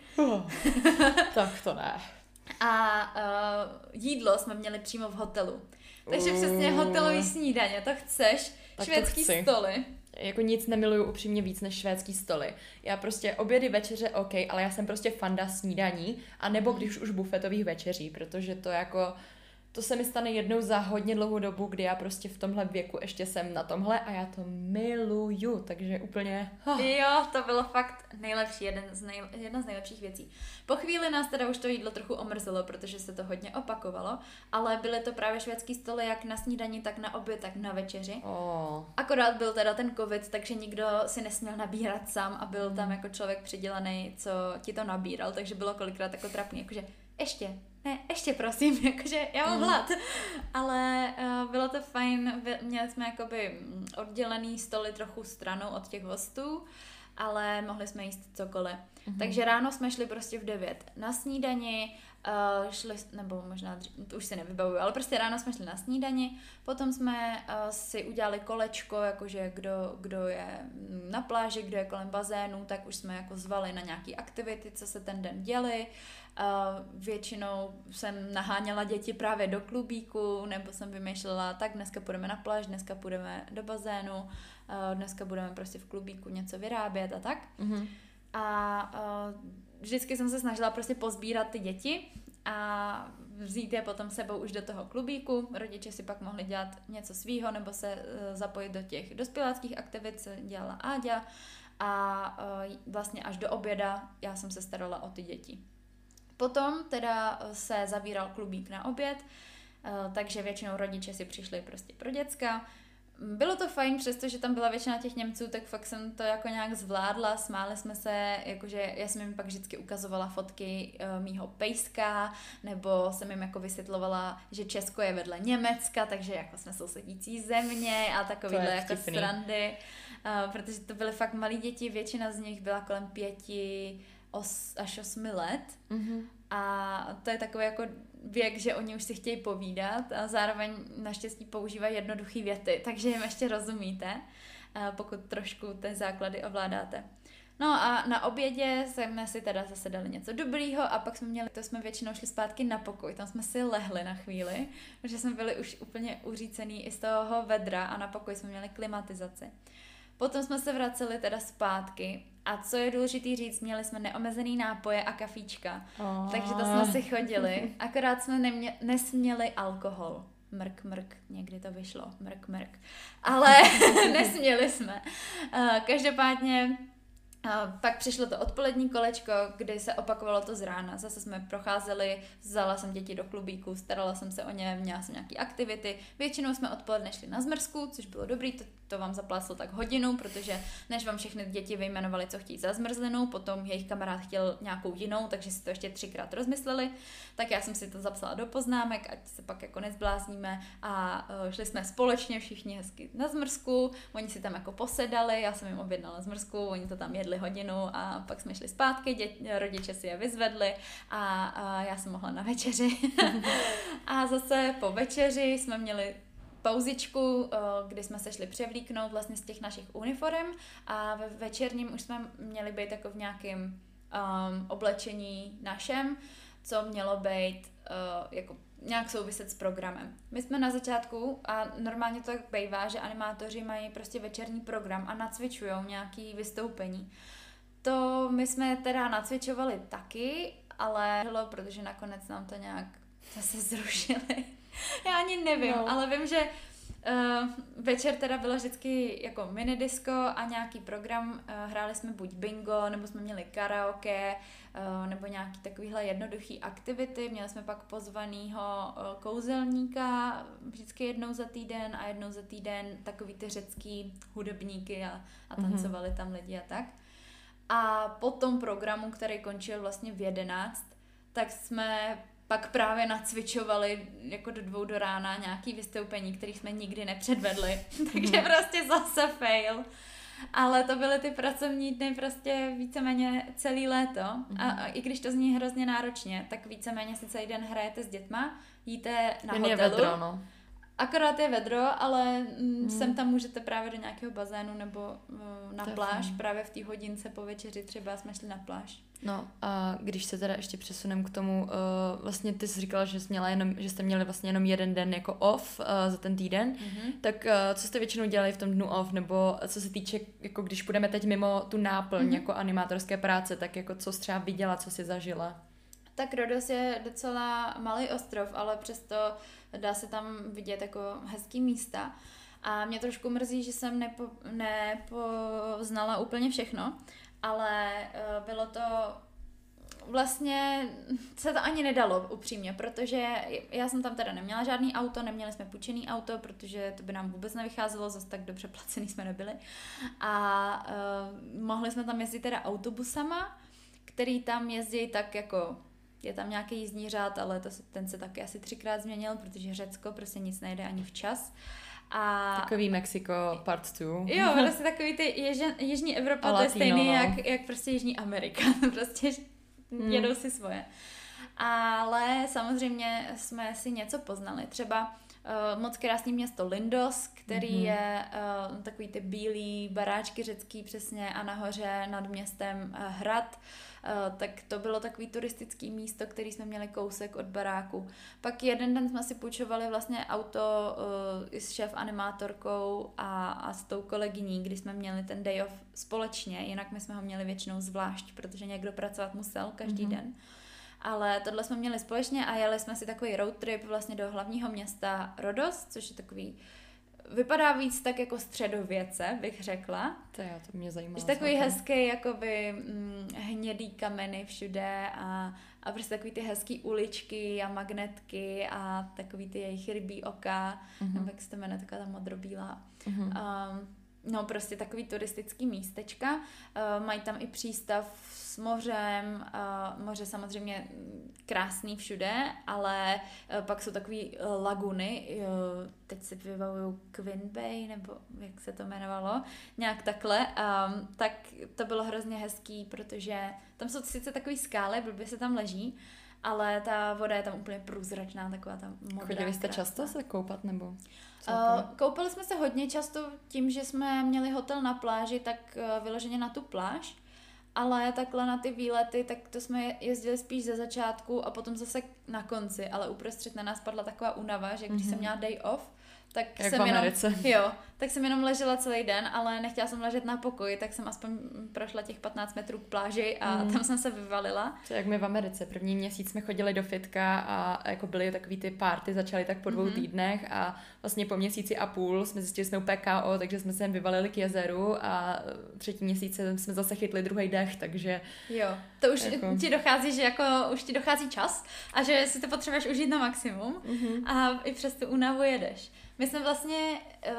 Tak to ne. A jídlo jsme měli přímo v hotelu. Takže přesně hotelový snídaně, to chceš, tak švédský stoly. Jako nic nemiluju upřímně víc než švédský stoly. Já prostě obědy, večeře, OK, ale já jsem prostě fanda snídaní, a nebo když už bufetových večeří, protože to jako... To se mi stane jednou za hodně dlouhou dobu, kdy já prostě v tomhle věku ještě jsem na tomhle a já to miluju, takže úplně... Jo, to bylo fakt nejlepší, jedna z nejlepších věcí. Po chvíli nás teda už to jídlo trochu omrzelo, protože se to hodně opakovalo, ale byly to právě švédský stoly jak na snídani, tak na oběd, tak na večeři. Akorát byl teda ten covid, takže nikdo si nesměl nabírat sám a byl tam jako člověk přidělaný, co ti to nabíral, takže bylo kolikrát jako trapný, jakože ještě prosím, jakože já mám hlad. Ale bylo to fajn, měli jsme jakoby oddělený stoly trochu stranou od těch hostů, ale mohli jsme jíst cokoliv. Takže ráno jsme šli prostě v 9 na snídani, nebo možná to už si nevybavuju, ale prostě ráno jsme šli na snídani, potom jsme si udělali kolečko, jakože kdo je na pláži, kdo je kolem bazénu, tak už jsme jako zvali na nějaký aktivity, co se ten den děli. Většinou jsem naháněla děti právě do klubíku, nebo jsem vymýšlela, tak dneska půjdeme na pláž, dneska půjdeme do bazénu, dneska budeme prostě v klubíku něco vyrábět a tak. A vždycky jsem se snažila prostě pozbírat ty děti a vzít je potom sebou už do toho klubíku. Rodiče si pak mohli dělat něco svýho nebo se zapojit do těch dospěláckých aktivit, co dělala Áďa. A vlastně až do oběda já jsem se starala o ty děti. Potom teda se zavíral klubík na oběd, takže většinou rodiče si přišli prostě pro děcka. Bylo to fajn, přestože tam byla většina těch Němců, tak fakt jsem to jako nějak zvládla, smáli jsme se, jakože já jsem jim pak vždycky ukazovala fotky mýho pejska, nebo jsem jim jako vysvětlovala, že Česko je vedle Německa, takže jako jsme sousedící země a takovýhle jako srandy, protože to byly fakt malí děti, většina z nich byla kolem 5 až 8 let. Mm-hmm. A to je takový jako věk, že oni už si chtějí povídat a zároveň naštěstí používají jednoduché věty, takže jim ještě rozumíte, pokud trošku ty základy ovládáte. No a na obědě jsme si teda zase dali něco dobrýho a pak jsme většinou šli zpátky na pokoj, tam jsme si lehli na chvíli, protože jsme byli už úplně uřícený i z toho vedra a na pokoj jsme měli klimatizaci. Potom jsme se vraceli teda zpátky a co je důležitý říct, měli jsme neomezený nápoje a kafíčka, takže to jsme si chodili, akorát jsme nesměli alkohol. Mrk, někdy to vyšlo, mrk, ale nesměli jsme. Každopádně pak přišlo to odpolední kolečko, kdy se opakovalo to z rána. Zase jsme procházeli, vzala jsem děti do klubíku, starala jsem se o ně, měla jsem nějaké aktivity. Většinou jsme odpoledne šli na zmrzku, což bylo dobrý, to vám zapláslo tak hodinu, protože než vám všechny děti vyjmenovali, co chtějí za zmrzlinu, potom jejich kamarád chtěl nějakou jinou, takže si to ještě 3krát rozmysleli, tak já jsem si to zapsala do poznámek, ať se pak jako nezblázníme a šli jsme společně všichni hezky na zmrzku, oni si tam jako posedali, já jsem jim objednala zmrzku, oni to tam jedli hodinu a pak jsme šli zpátky, rodiče si je vyzvedli a já jsem mohla na večeři. A zase po večeři jsme měli pauzičku, kdy jsme se šli převlíknout vlastně z těch našich uniform a ve večerním už jsme měli být jako v nějakém oblečení našem, co mělo být jako nějak souviset s programem. My jsme na začátku, a normálně to tak bývá, že animátoři mají prostě večerní program a nacvičujou nějaký vystoupení. To my jsme teda nacvičovali taky, ale protože nakonec nám to nějak zase zrušili. Já ani nevím, ale vím, že večer teda bylo vždycky jako minidisko a nějaký program, hráli jsme buď bingo, nebo jsme měli karaoke, nebo nějaký takovýhle jednoduchý aktivity, měli jsme pak pozvanýho kouzelníka vždycky jednou za týden a jednou za týden takový ty řecký hudebníky a tancovali tam lidi a tak. A po tom programu, který končil vlastně v 11, tak jsme pak právě nacvičovali jako do 2 do rána nějaký vystoupení, který jsme nikdy nepředvedli. Takže prostě zase fail. Ale to byly ty pracovní dny prostě víceméně celý léto. A i když to zní hrozně náročně, tak víceméně si celý den hrajete s dětma, jíte na hotelu. Vedro, no. Akorát je vedro, ale sem tam můžete právě do nějakého bazénu nebo na pláž. Právě v té hodince po večeři třeba jsme šli na pláž. No a když se teda ještě přesunem k tomu, vlastně ty jsi říkala, že jste měli vlastně jenom jeden den jako off za ten týden, tak co jste většinou dělali v tom dnu off, nebo co se týče, jako když půjdeme teď mimo tu náplň jako animátorské práce, tak jako co jsi třeba viděla, co jsi zažila? Tak Rhodos je docela malý ostrov, ale přesto dá se tam vidět jako hezký místa. A mě trošku mrzí, že jsem nepoznala úplně všechno, ale bylo to vlastně, se to ani nedalo upřímně, protože já jsem tam teda neměla žádný auto, neměli jsme půjčený auto, protože to by nám vůbec nevycházelo, zase tak dobře placený jsme nebyli. A mohli jsme tam jezdit teda autobusama, který tam jezdí tak jako, je tam nějaký jízdní řád, ale ten se taky asi 3krát změnil, protože Řecko prostě nic nejde ani včas. A takový Mexiko part 2. Jo, prostě takový ty Jižní Evropa, to je stejný jak prostě Jižní Amerika. Prostě jedou si svoje. Ale samozřejmě jsme si něco poznali. Třeba moc krásný město Lindos, který je takový ty bílý baráčky řecký přesně a nahoře nad městem hrad. Tak to bylo takový turistický místo, který jsme měli kousek od baráku. Pak jeden den jsme si půjčovali vlastně auto s šéf animátorkou a s tou kolegyní, kdy jsme měli ten day off společně, jinak my jsme ho měli většinou zvlášť, protože někdo pracovat musel každý den. ale tohle jsme měli společně a jeli jsme si takový road trip vlastně do hlavního města Rhodos, což je takový, vypadá víc tak jako středověce, bych řekla. To mě zajímá. Je takový hezký, jakoby hnědý kameny všude a prostě takový ty hezký uličky a magnetky a takový ty jejich rybí oka, nebo jak se to jmenuje, taková ta modrobílá. No prostě takový turistický místečka. Mají tam i přístav s mořem, moře samozřejmě krásný všude, ale pak jsou takový laguny, teď si vybavuju Queen Bay, nebo jak se to jmenovalo, nějak takhle, tak to bylo hrozně hezký, protože tam jsou sice takový skály, blbě se tam leží, ale ta voda je tam úplně průzračná, taková ta modrá. Chodili jste často se koupat, nebo? Koupali jsme se hodně často tím, že jsme měli hotel na pláži, tak vyloženě na tu pláž, ale takhle na ty výlety, tak to jsme jezdili spíš ze začátku a potom zase na konci, ale uprostřed na nás padla taková únava, že když jsem měla day off, tak jak jsem jenom ležela celý den, ale nechtěla jsem ležet na pokoji, tak jsem aspoň prošla těch 15 metrů k pláži a tam jsem se vyvalila. To jak my v Americe. První měsíc jsme chodili do fitka a jako byly takový ty party, začaly tak po 2 týdnech a vlastně po měsíci a půl jsme zjistili, že jsme úplně KO, takže jsme se vyvalili k jezeru a 3. měsíc jsme zase chytli druhý dech, takže... Jo, to už jako... ti dochází, že jako už ti dochází čas a že si to potřebuješ užít na maximum a i přes tu únavu jedeš. My jsme vlastně,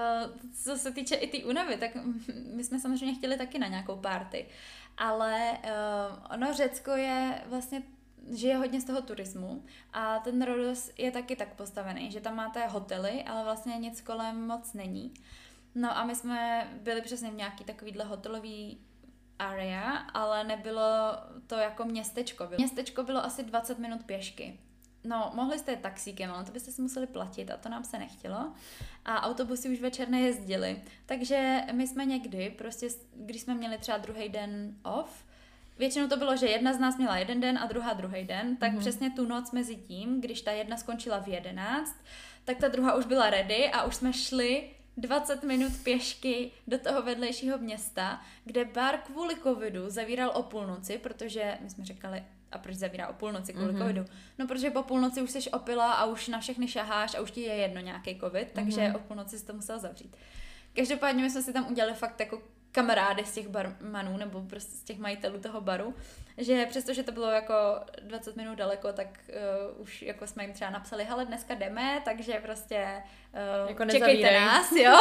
co se týče i té únavy, tak my jsme samozřejmě chtěli taky na nějakou party, ale ono Řecko je vlastně, žije hodně z toho turismu a ten Rhodos je taky tak postavený, že tam máte hotely, ale vlastně nic kolem moc není. No a my jsme byli přesně v nějaký takovýhle hotelový area, ale nebylo to jako městečko. Městečko bylo asi 20 minut pěšky. No, mohli jste taxíkem, ale to byste si museli platit a to nám se nechtělo. A autobusy už večer nejezdily. Takže my jsme někdy, prostě, když jsme měli třeba druhý den off, většinou to bylo, že jedna z nás měla jeden den a druhý den, tak přesně tu noc mezi tím, když ta jedna skončila v 11, tak ta druhá už byla ready a už jsme šli 20 minut pěšky do toho vedlejšího města, kde bar kvůli covidu zavíral o půlnoci, protože my jsme říkali, a proč zavírá o půlnoci kvůli covidu? No, protože po půlnoci už jsi opila a už na všechny šaháš a už ti je jedno nějaký covid, takže o půlnoci si to musel zavřít. Každopádně my jsme si tam udělali fakt jako kamarády z těch barmanů nebo prostě z těch majitelů toho baru, že přestože to bylo jako 20 minut daleko, tak už jako jsme jim třeba napsali, hele, dneska jdeme, takže prostě jako čekejte nás, jo.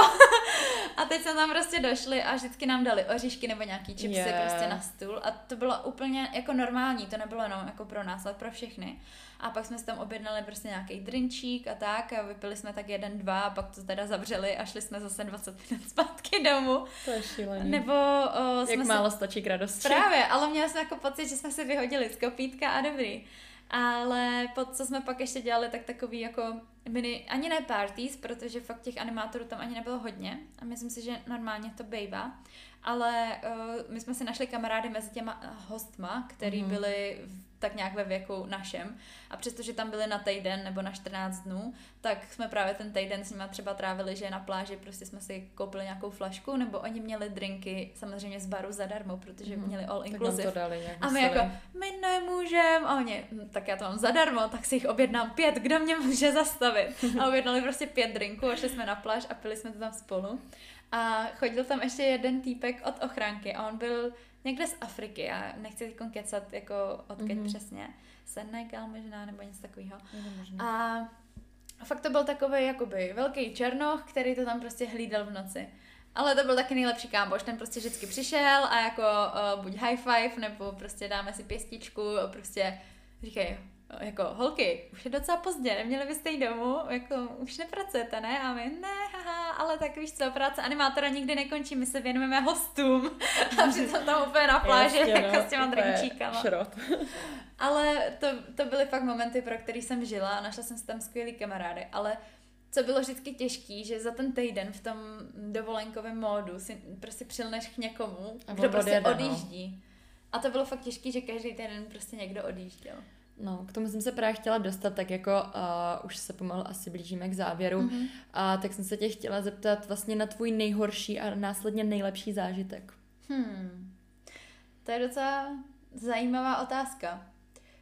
A teď jsme tam prostě došli a vždycky nám dali oříšky nebo nějaký chipsy prostě na stůl a to bylo úplně jako normální, to nebylo jenom jako pro nás, ale pro všechny. A pak jsme si tam objednali prostě nějaký drinčík a tak a vypili jsme tak 1, 2 a pak to teda zavřeli a šli jsme zase 20 minut zpátky domů. To je šílený. Nebo jak málo stačí k radosti. Právě, ale měli jsme jako pocit, že jsme si vyhodili z kopítka a dobrý. Ale co jsme pak ještě dělali, tak takový jako mini, ani ne parties, protože fakt těch animátorů tam ani nebylo hodně a myslím si, že normálně to bývá. Ale my jsme si našli kamarády mezi těma hostma, který byli tak nějak ve věku našem a přestože tam byli na týden nebo na 14 dnů, tak jsme právě ten týden s nima třeba trávili, že na pláži prostě jsme si koupili nějakou flašku, nebo oni měli drinky samozřejmě z baru zadarmo, protože měli all inclusive. A my jako, my nemůžeme, a oni, tak já to mám zadarmo, tak si jich objednám 5, kdo mě může zastavit. A objednali prostě 5 drinků a šli jsme na pláž a pili jsme to tam spolu. A chodil tam ještě jeden týpek od ochránky a on byl někde z Afriky, já nechci teď kecat jako odkud přesně, Senegal možná nebo něco takového. A fakt to byl takovej jakoby velký černoch, který to tam prostě hlídal v noci. Ale to byl taky nejlepší kámoš, ten prostě vždycky přišel a jako buď high five, nebo prostě dáme si pěstičku a prostě říkají, jako holky, už je docela pozdě, neměli byste jít domů, jako už nepracujete, ne? A my, ne, haha, ale tak víš co, práce animátora nikdy nekončí, my se věnujeme hostům a přitom tam úplně na pláži, jako s těma drinčíkama. Ale to byly fakt momenty, pro který jsem žila a našla jsem si tam skvělý kamarády, ale co bylo vždycky těžký, že za ten týden v tom dovolenkovém módu si prostě přilneš k někomu, kdo prostě odjíždí. A to bylo fakt těžký, že každý týden prostě někdo odjížděl. No, k tomu jsem se právě chtěla dostat, tak jako už se pomalu asi blížíme k závěru, tak jsem se tě chtěla zeptat vlastně na tvůj nejhorší a následně nejlepší zážitek. To je docela zajímavá otázka,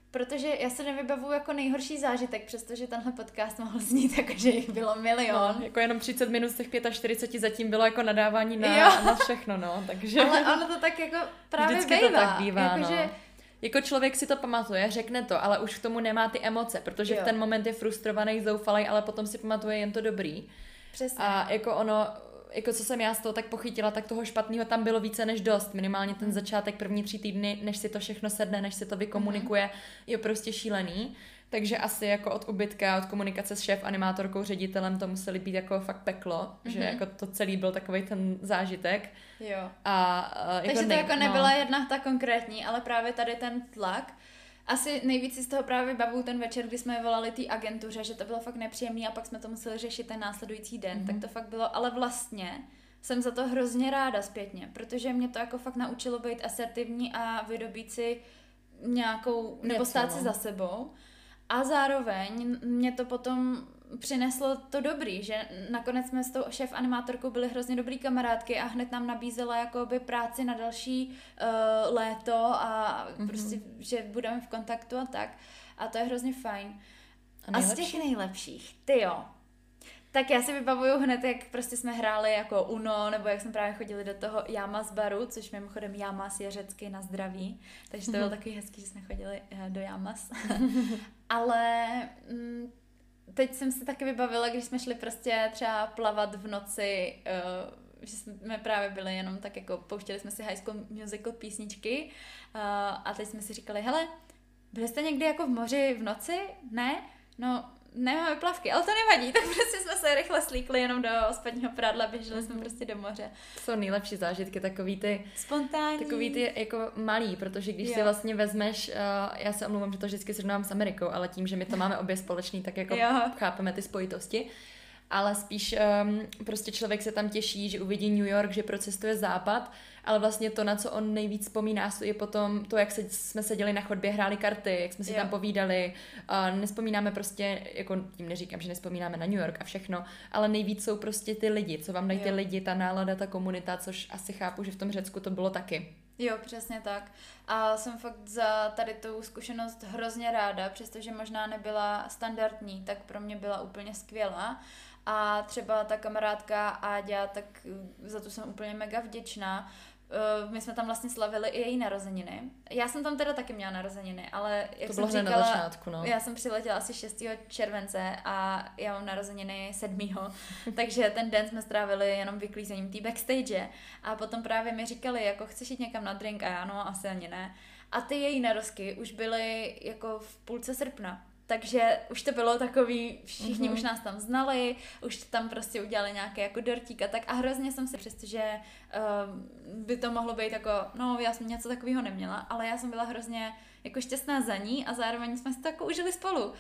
Protože já se nevybavuju jako nejhorší zážitek, přestože tenhle podcast mohl znít jako, že jich bylo milion. No, jako jenom 30 minut z těch 45 zatím bylo jako nadávání na všechno, no, takže... Ale ono to tak jako právě vždycky to tak bývá, jako, no. že... Jako člověk si to pamatuje, řekne to, ale už k tomu nemá ty emoce, protože v ten moment je frustrovaný, zoufalý, ale potom si pamatuje jen to dobrý. Přesně. A jako ono, jako co jsem já z toho tak pochytila, tak toho špatného tam bylo více než dost. Minimálně ten začátek, první 3 týdny, než si to všechno sedne, než si to vykomunikuje, je prostě šílený. Takže asi jako od ubytka, od komunikace s šéf animátorkou, ředitelem to museli být jako fakt peklo, že jako to celý byl takovej ten zážitek. Jo. Takže to jako nebyla jedna ta konkrétní, ale právě tady ten tlak. Asi nejvíc si z toho právě bavu ten večer, kdy jsme volali té agentuře, že to bylo fakt nepříjemný a pak jsme to museli řešit ten následující den, tak to fakt bylo, ale vlastně jsem za to hrozně ráda zpětně, protože mě to jako fakt naučilo být asertivní a vydobít si nějakou, nebo stát si za sebou. A zároveň mě to potom přineslo to dobrý, že nakonec jsme s tou šéf animátorkou byli hrozně dobrý kamarádky a hned nám nabízela jakoby práci na další léto a prostě, že budeme v kontaktu a tak. A to je hrozně fajn. A z těch nejlepších, tyjo. Tak já si vybavuju hned, jak prostě jsme hráli jako Uno, nebo jak jsme právě chodili do toho Yamas baru, což mimochodem Yamas je řecky na zdraví, takže to bylo takový hezký, že jsme chodili do Yamas. Ale teď jsem si taky vybavila, když jsme šli prostě třeba plavat v noci, že jsme právě byli jenom tak jako, pouštěli jsme si High School Musical písničky a teď jsme si říkali, hele, byli jste někdy jako v moři v noci? Ne? No, nemáme plavky, ale to nevadí, tak prostě jsme se rychle slíkli jenom do spodního prádla, běželi jsme prostě do moře. Jsou nejlepší zážitky, takový ty spontánní, takový ty jako malý, protože když si vlastně vezmeš, já se omlouvám, že to vždycky srovnám s Amerikou, ale tím, že my to máme obě společný, tak jako chápeme ty spojitosti. Ale spíš prostě člověk se tam těší, že uvidí New York, že procestuje západ, ale vlastně to, na co on nejvíc vzpomíná, je potom to, jak jsme seděli na chodbě, hráli karty, jak jsme si tam povídali. Nespomínáme prostě, jako tím neříkám, že nespomínáme na New York a všechno, ale nejvíc jsou prostě ty lidi, co vám dají ty lidi, ta nálada, ta komunita, což asi chápu, že v tom Řecku to bylo taky. Jo, přesně tak. A jsem fakt za tady tu zkušenost hrozně ráda, přestože možná nebyla standardní, tak pro mě byla úplně skvělá. A třeba ta kamarádka Áďa, tak za to jsem úplně mega vděčná. My jsme tam vlastně slavili i její narozeniny. Já jsem tam teda taky měla narozeniny, ale jak to jsem říkala, na začátku, no. Já jsem přiletěla asi 6. července a já mám narozeniny 7. takže ten den jsme strávili jenom vyklízením té backstage. A potom právě mi říkali, jako chceš jít někam na drink? A já no, asi ani ne. A ty její narozky už byly jako v půlce srpna. Takže už to bylo takový, všichni už nás tam znali, už tam prostě udělali nějaké jako dortík a tak a hrozně jsem si, přestože by to mohlo být jako, no já jsem něco takového neměla, ale já jsem byla hrozně jako šťastná za ní a zároveň jsme si to jako užili spolu.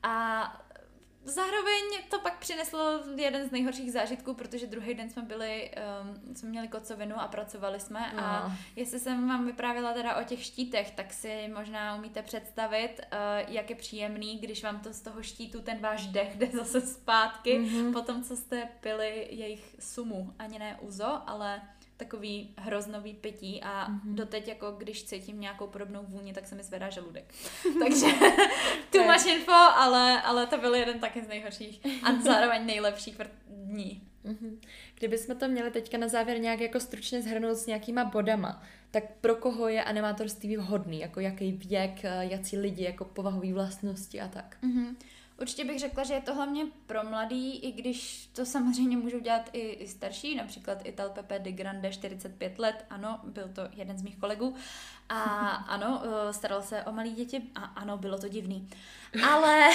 A zároveň to pak přineslo jeden z nejhorších zážitků, protože druhý den jsme měli kocovinu a pracovali jsme a jestli jsem vám vyprávěla teda o těch štítech, tak si možná umíte představit, jak je příjemný, když vám to z toho štítu ten váš dech jde zase zpátky, po tom, co jste pili jejich sumu, ani ne uzo, ale takový hroznový pití a doteď jako když cítím nějakou podobnou vůni, tak se mi zvedá žaludek. Takže too much info, ale to byl jeden taky z nejhorších a zároveň nejlepších dní. Kdybychom to měli teďka na závěr nějak jako stručně shrnout s nějakýma bodama, tak pro koho je animátorství vhodný? Jako jaký věk, jací lidi, jako povahový vlastnosti a tak? Určitě bych řekla, že je to hlavně pro mladý, i když to samozřejmě můžou dělat i starší, například Ital Pepe de Grande, 45 let, ano, byl to jeden z mých kolegů a ano, staral se o malé děti a ano, bylo to divný. Ale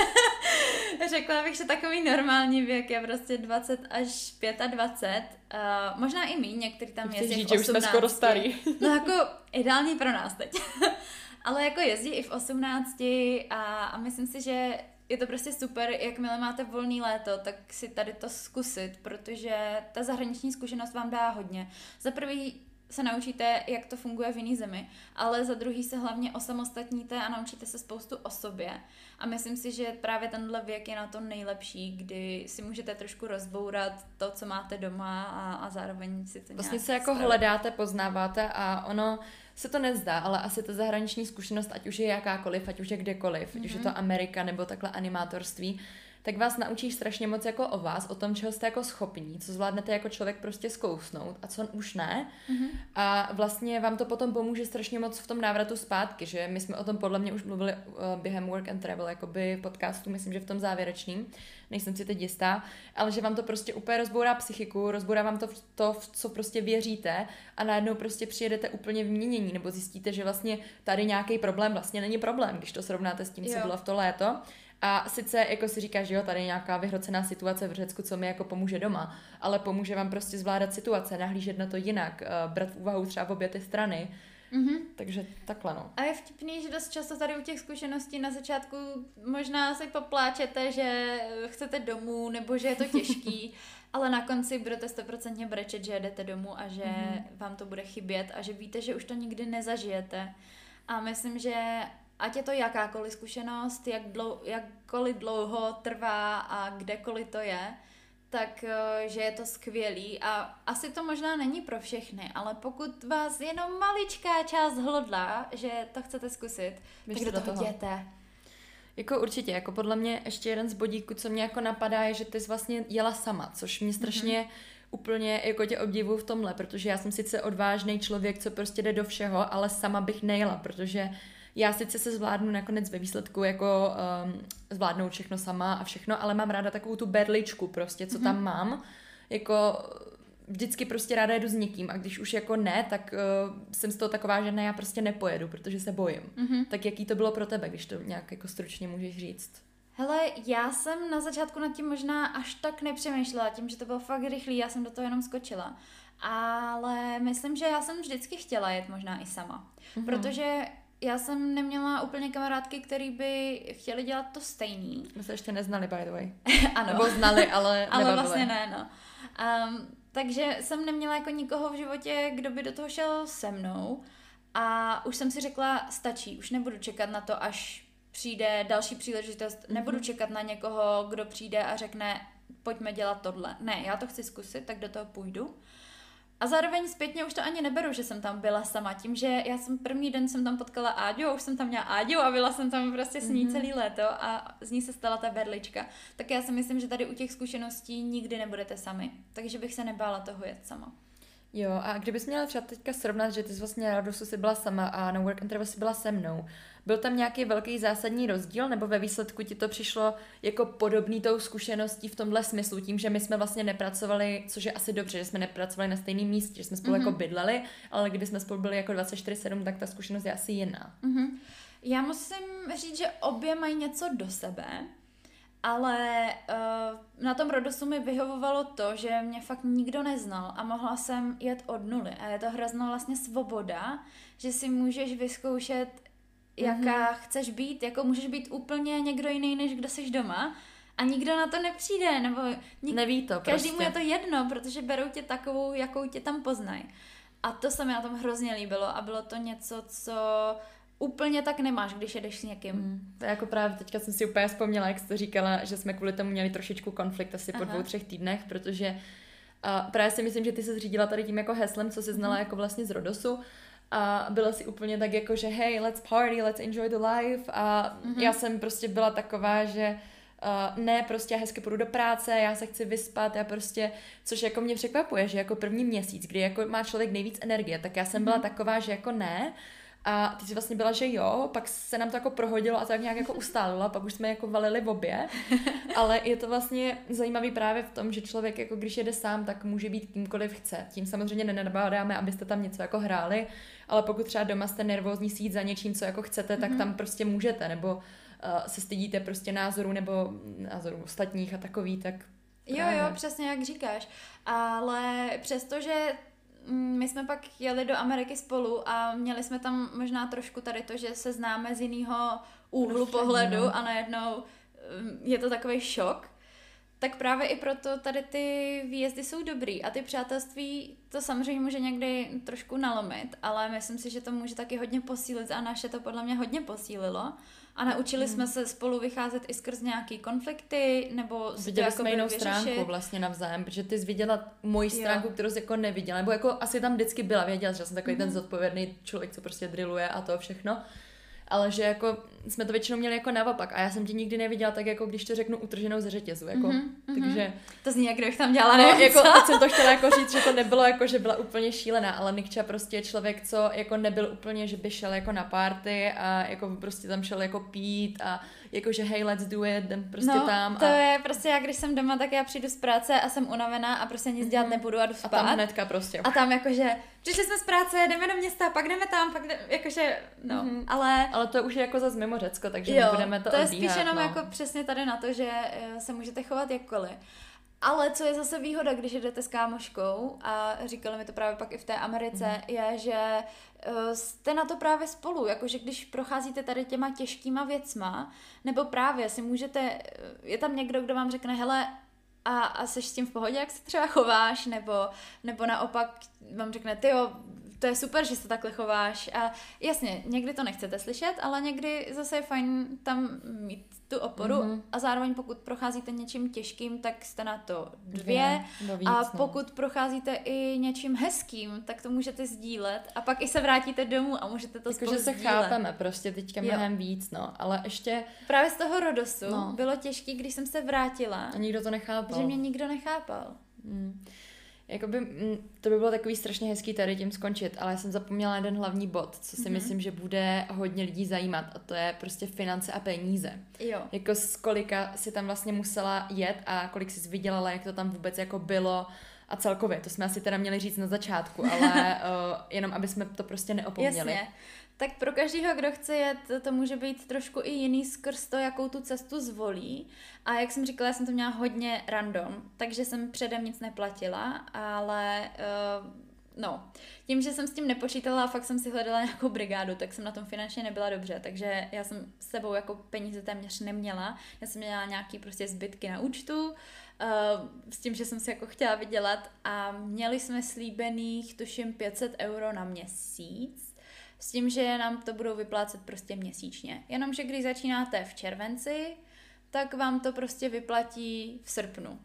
řekla bych, že takový normální věk je prostě 20 až 25, možná i míň, některý tam jezdí v 18. Už jsme skoro starý. No jako ideální pro nás teď. Ale jako jezdí i v 18 a myslím si, že je to prostě super, jakmile máte volný léto, tak si tady to zkusit, protože ta zahraniční zkušenost vám dá hodně. Za prvý se naučíte, jak to funguje v jiný zemi, ale za druhý se hlavně osamostatníte a naučíte se spoustu o sobě. A myslím si, že právě tenhle věk je na to nejlepší, kdy si můžete trošku rozbourat to, co máte doma a zároveň si to vlastně se jako hledáte, poznáváte a ono se to nezdá, ale asi ta zahraniční zkušenost, ať už je jakákoliv, ať už je kdekoliv, ať už je to Amerika nebo takhle animátorství, tak vás naučí strašně moc jako o vás, o tom, čeho jste jako schopní, co zvládnete jako člověk prostě zkousnout a co už ne. A vlastně vám to potom pomůže strašně moc v tom návratu zpátky, že my jsme o tom podle mě už mluvili během Work and Travel, jakoby podcastu, myslím, že v tom závěrečným, nejsem si teď jistá, ale že vám to prostě úplně rozbourá psychiku, rozbourá vám to, v co prostě věříte a najednou prostě přijedete úplně v měnění, nebo zjistíte, že vlastně tady nějaký problém vlastně není problém, když to srovnáte s tím, co bylo v to léto. A sice jako si říkáš, že jo, tady je nějaká vyhrocená situace v Řecku, co mi jako pomůže doma, ale pomůže vám prostě zvládat situace, nahlížet na to jinak, brát v úvahu třeba obě ty strany. Takže takhle, no. A je vtipný, že dost často tady u těch zkušeností na začátku možná si popláčete, že chcete domů, nebo že je to těžký, ale na konci budete 100% brečet, že jedete domů a že vám to bude chybět a že víte, že už to nikdy nezažijete. A myslím, že ať je to jakákoliv zkušenost, jakkoliv dlouho trvá a kdekoliv to je, tak že je to skvělý a asi to možná není pro všechny, ale pokud vás jenom maličká část hlodlá, že to chcete zkusit, tak do toho jděte. Jako určitě, jako podle mě ještě jeden z bodíků, co mě jako napadá, je, že ty jsi vlastně jela sama, což mě strašně úplně jako tě obdivuju v tomhle, protože já jsem sice odvážný člověk, co prostě jde do všeho, ale sama bych nejela, protože já sice se zvládnu nakonec ve výsledku jako zvládnout všechno sama a všechno, ale mám ráda takovou tu berličku prostě, co tam mám. Jako vždycky prostě ráda jedu s někým a když už jako ne, tak jsem z toho taková, že ne, já prostě nepojedu, protože se bojím. Tak jaký to bylo pro tebe, když to nějak jako stručně můžeš říct? Hele, já jsem na začátku nad tím možná až tak nepřemýšlela, tím, že to bylo fakt rychlý, já jsem do toho jenom skočila. Ale myslím, že já jsem vždycky chtěla jet možná i sama, protože já jsem neměla úplně kamarádky, který by chtěli dělat to stejný. My se ještě neznali, by the way. Ano. Nebo znali, ale ale vlastně ne, no. Takže jsem neměla jako nikoho v životě, kdo by do toho šel se mnou a už jsem si řekla, stačí, už nebudu čekat na to, až přijde další příležitost, nebudu čekat na někoho, kdo přijde a řekne, pojďme dělat tohle. Ne, já to chci zkusit, tak do toho půjdu. A zároveň zpětně už to ani neberu, že jsem tam byla sama, tím, že já jsem první den jsem tam potkala Áďu a už jsem tam měla Áďu a byla jsem tam prostě s ní celý léto a z ní se stala ta berlička. Tak já si myslím, že tady u těch zkušeností nikdy nebudete sami, takže bych se nebála toho jet sama. Jo, a kdybys měla třeba teďka srovnat, že ty jsi vlastně na Rhodosu si byla sama a na Work and Travel si byla se mnou, byl tam nějaký velký zásadní rozdíl, nebo ve výsledku ti to přišlo jako podobný tou zkušeností v tomhle smyslu, tím, že my jsme vlastně nepracovali, což je asi dobře, že jsme nepracovali na stejném místě, že jsme spolu jako bydleli, ale kdyby jsme spolu byli jako 24/7, tak ta zkušenost je asi jiná. Já musím říct, že obě mají něco do sebe, ale na tom Rhodosu mi vyhovovalo to, že mě fakt nikdo neznal a mohla jsem jet od nuly a je to hrozná vlastně svoboda, že si můžeš vyzkoušet, jaká chceš být, jako můžeš být úplně někdo jiný, než kdo jsi doma a nikdo na to nepřijde, nebo neví to prostě. Každému je to jedno, protože berou tě takovou, jakou tě tam poznají. A to se mi na tom hrozně líbilo a bylo to něco, co úplně tak nemáš, když jedeš s někým. To je jako právě teďka jsem si úplně vzpomněla, jak jsi to říkala, že jsme kvůli tomu měli trošičku konflikt asi po 2-3 týdnech, protože právě si myslím, že ty se zřídila tady tím jako heslem, co jsi znala jako vlastně z Rhodosu a byla si úplně tak jako, že hey, let's party, let's enjoy the life a já jsem prostě byla taková, že ne, prostě já hezky půjdu do práce, já se chci vyspat, já prostě, což jako mě překvapuje, že jako první měsíc, kdy jako má člověk nejvíc energie, tak já jsem byla taková, že jako ne. A ty jsi vlastně byla, že jo, pak se nám to jako prohodilo a tak nějak jako ustálilo, pak už jsme jako valili v obě, ale je to vlastně zajímavý právě v tom, že člověk jako když jede sám, tak může být kýmkoliv chce. Tím samozřejmě nenabádáme, abyste tam něco jako hráli, ale pokud třeba doma jste nervózní si jít za něčím, co jako chcete, tak tam prostě můžete, nebo se stydíte prostě názoru nebo názoru ostatních a takový, tak právě. Jo, přesně jak říkáš, ale přestože my jsme pak jeli do Ameriky spolu a měli jsme tam možná trošku tady to, že se známe z jiného úhlu pohledu a najednou je to takový šok, tak právě i proto tady ty výjezdy jsou dobrý a ty přátelství to samozřejmě může někdy trošku nalomit, ale myslím si, že to může taky hodně posílit a naše to podle mě hodně posílilo a naučili jsme se spolu vycházet i skrz nějaký konflikty, nebo viděli jsme jinou stránku vlastně navzájem, protože ty jsi viděla moji stránku, kterou jsi jako neviděla, nebo jako asi tam vždycky byla, věděla, že jsem takový ten zodpovědný člověk, co prostě drilluje a to všechno. Ale že jako jsme to většinou měli jako naopak a já jsem ti nikdy neviděla tak, jako když to řeknu utrženou ze řetězu, jako, takže... To zní, jak kdybych tam dělala, nevím, jako, teď jsem to chtěla jako říct, že to nebylo jako, že byla úplně šílená, ale Nikča prostě je člověk, co jako nebyl úplně, že by šel jako na party a jako prostě tam šel jako pít a jako, že hej, let's do it, jdem prostě tam. To je prostě já, když jsem doma, tak já přijdu z práce a jsem unavená a prostě nic dělat nebudu a jdu spát. A tam hnedka prostě. A tam jakože, přišli jsme z práce, jdeme do města, pak jdeme tam, pak jdeme, jakože, ale to už je jako zase mimo Řecko, takže nebudeme to odbíhat. To je spíš jenom jako přesně tady na to, že se můžete chovat jakkoliv. Ale co je zase výhoda, když jdete s kámoškou, a říkali mi to právě pak i v té Americe, je, že jste na to právě spolu, jakože když procházíte tady těma těžkýma věcma, nebo právě si můžete, je tam někdo, kdo vám řekne, hele, a seš s tím v pohodě, jak se třeba chováš, nebo naopak vám řekne, tyjo, to je super, že se takhle chováš. A jasně, někdy to nechcete slyšet, ale někdy zase je fajn tam mít tu oporu a zároveň pokud procházíte něčím těžkým, tak jste na to dvě a pokud procházíte i něčím hezkým, tak to můžete sdílet a pak i se vrátíte domů a můžete to spolu sdílet. Jakože se chápeme prostě teďka mnohem víc, ale ještě... Právě z toho Rodosu bylo těžký, když jsem se vrátila. A nikdo to nechápal. Že mě nikdo nechápal. Jakoby, to by bylo takový strašně hezký tady tím skončit, ale já jsem zapomněla jeden hlavní bod, co si myslím, že bude hodně lidí zajímat a to je prostě finance a peníze. Jo. Jako z kolika si tam vlastně musela jet a kolik jsi vydělala, jak to tam vůbec jako bylo a celkově, to jsme asi teda měli říct na začátku, ale jenom aby jsme to prostě neopomněli. Jasně. Tak pro každého, kdo chce jet, to může být trošku i jiný skrz to, jakou tu cestu zvolí. A jak jsem říkala, já jsem to měla hodně random, takže jsem předem nic neplatila, ale tím, že jsem s tím nepočítala a fakt jsem si hledala nějakou brigádu, tak jsem na tom finančně nebyla dobře, takže já jsem s sebou jako peníze téměř neměla. Já jsem měla nějaký prostě zbytky na účtu, s tím, že jsem si jako chtěla vydělat a měli jsme slíbených, tuším, 500 € na měsíc, s tím, že nám to budou vyplácet prostě měsíčně. Jenomže když začínáte v červenci, tak vám to prostě vyplatí v srpnu.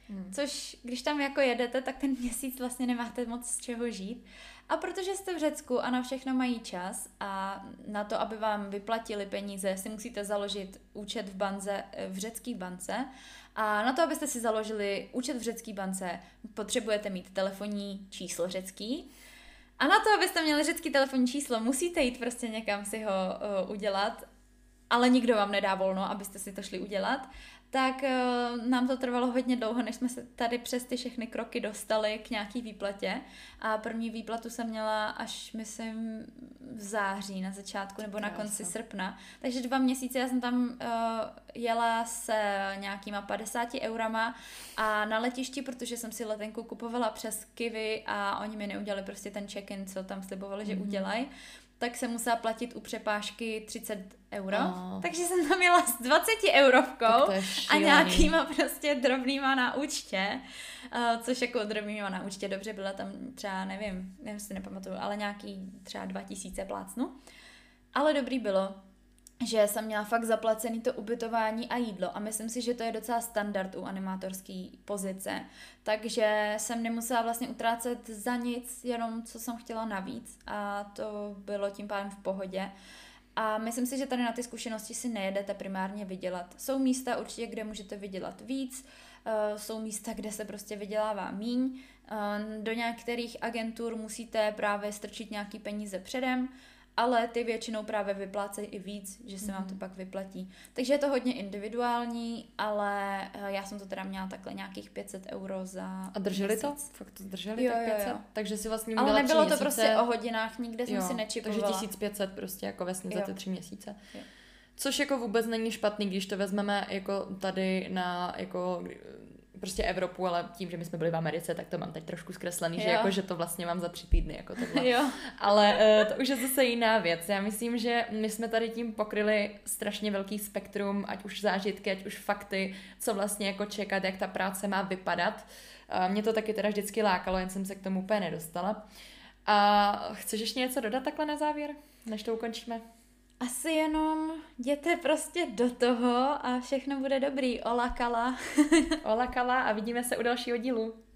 Což, když tam jako jedete, tak ten měsíc vlastně nemáte moc z čeho žít. A protože jste v Řecku a na všechno mají čas a na to, aby vám vyplatili peníze, si musíte založit účet v řecké bance. A na to, abyste si založili účet v řecké bance, potřebujete mít telefonní číslo řecký. A na to, abyste měli řecký telefonní číslo, musíte jít prostě někam si ho udělat, ale nikdo vám nedá volno, abyste si to šli udělat. Tak nám to trvalo hodně dlouho, než jsme se tady přes ty všechny kroky dostali k nějaký výplatě. A první výplatu jsem měla až, myslím, v září na začátku nebo na konci srpna. Takže 2 měsíce já jsem tam jela s nějakýma 50 € a na letišti, protože jsem si letenku kupovala přes Kiwi a oni mi neudělali prostě ten check-in, co tam slibovali, že udělají, tak jsem musela platit u přepážky 30 €. Takže jsem tam jela s 20 eurovkou a nějakýma prostě drobnýma na účtě, což jako drobnýma na účtě dobře, byla tam třeba, nevím, já si nepamatuju, ale nějaký třeba 2000 plácnu. Ale dobrý bylo, že jsem měla fakt zaplacený to ubytování a jídlo a myslím si, že to je docela standard u animátorské pozice, takže jsem nemusela vlastně utrácet za nic, jenom co jsem chtěla navíc a to bylo tím pádem v pohodě. A myslím si, že tady na ty zkušenosti si nejedete primárně vydělat. Jsou místa určitě, kde můžete vydělat víc, jsou místa, kde se prostě vydělává míň, do některých agentur musíte právě strčit nějaký peníze předem, ale ty většinou právě vyplácejí i víc, že se vám to pak vyplatí. Takže je to hodně individuální, ale já jsem to teda měla takhle nějakých 500 € za A drželi měsíc. to? Fakt to drželi tak 500? Jo. Takže si vlastně ale nebylo to měsíce... prostě o hodinách, nikde jsem si nečipovala. Takže 1500 prostě jako vesně za ty 3 měsíce. Jo. Což jako vůbec není špatný, když to vezmeme jako tady na jako prostě Evropu, ale tím, že my jsme byli v Americe, tak to mám teď trošku zkreslený, že to vlastně mám za 3 týdny, jako tohle. Jo. Ale to už je zase jiná věc. Já myslím, že my jsme tady tím pokryli strašně velký spektrum, ať už zážitky, ať už fakty, co vlastně jako čekat, jak ta práce má vypadat. Mě to taky teda vždycky lákalo, jen jsem se k tomu úplně nedostala. A chceš ještě něco dodat takhle na závěr, než to ukončíme? Asi jenom jděte prostě do toho a všechno bude dobrý. Ola kala. Ola kala a vidíme se u dalšího dílu.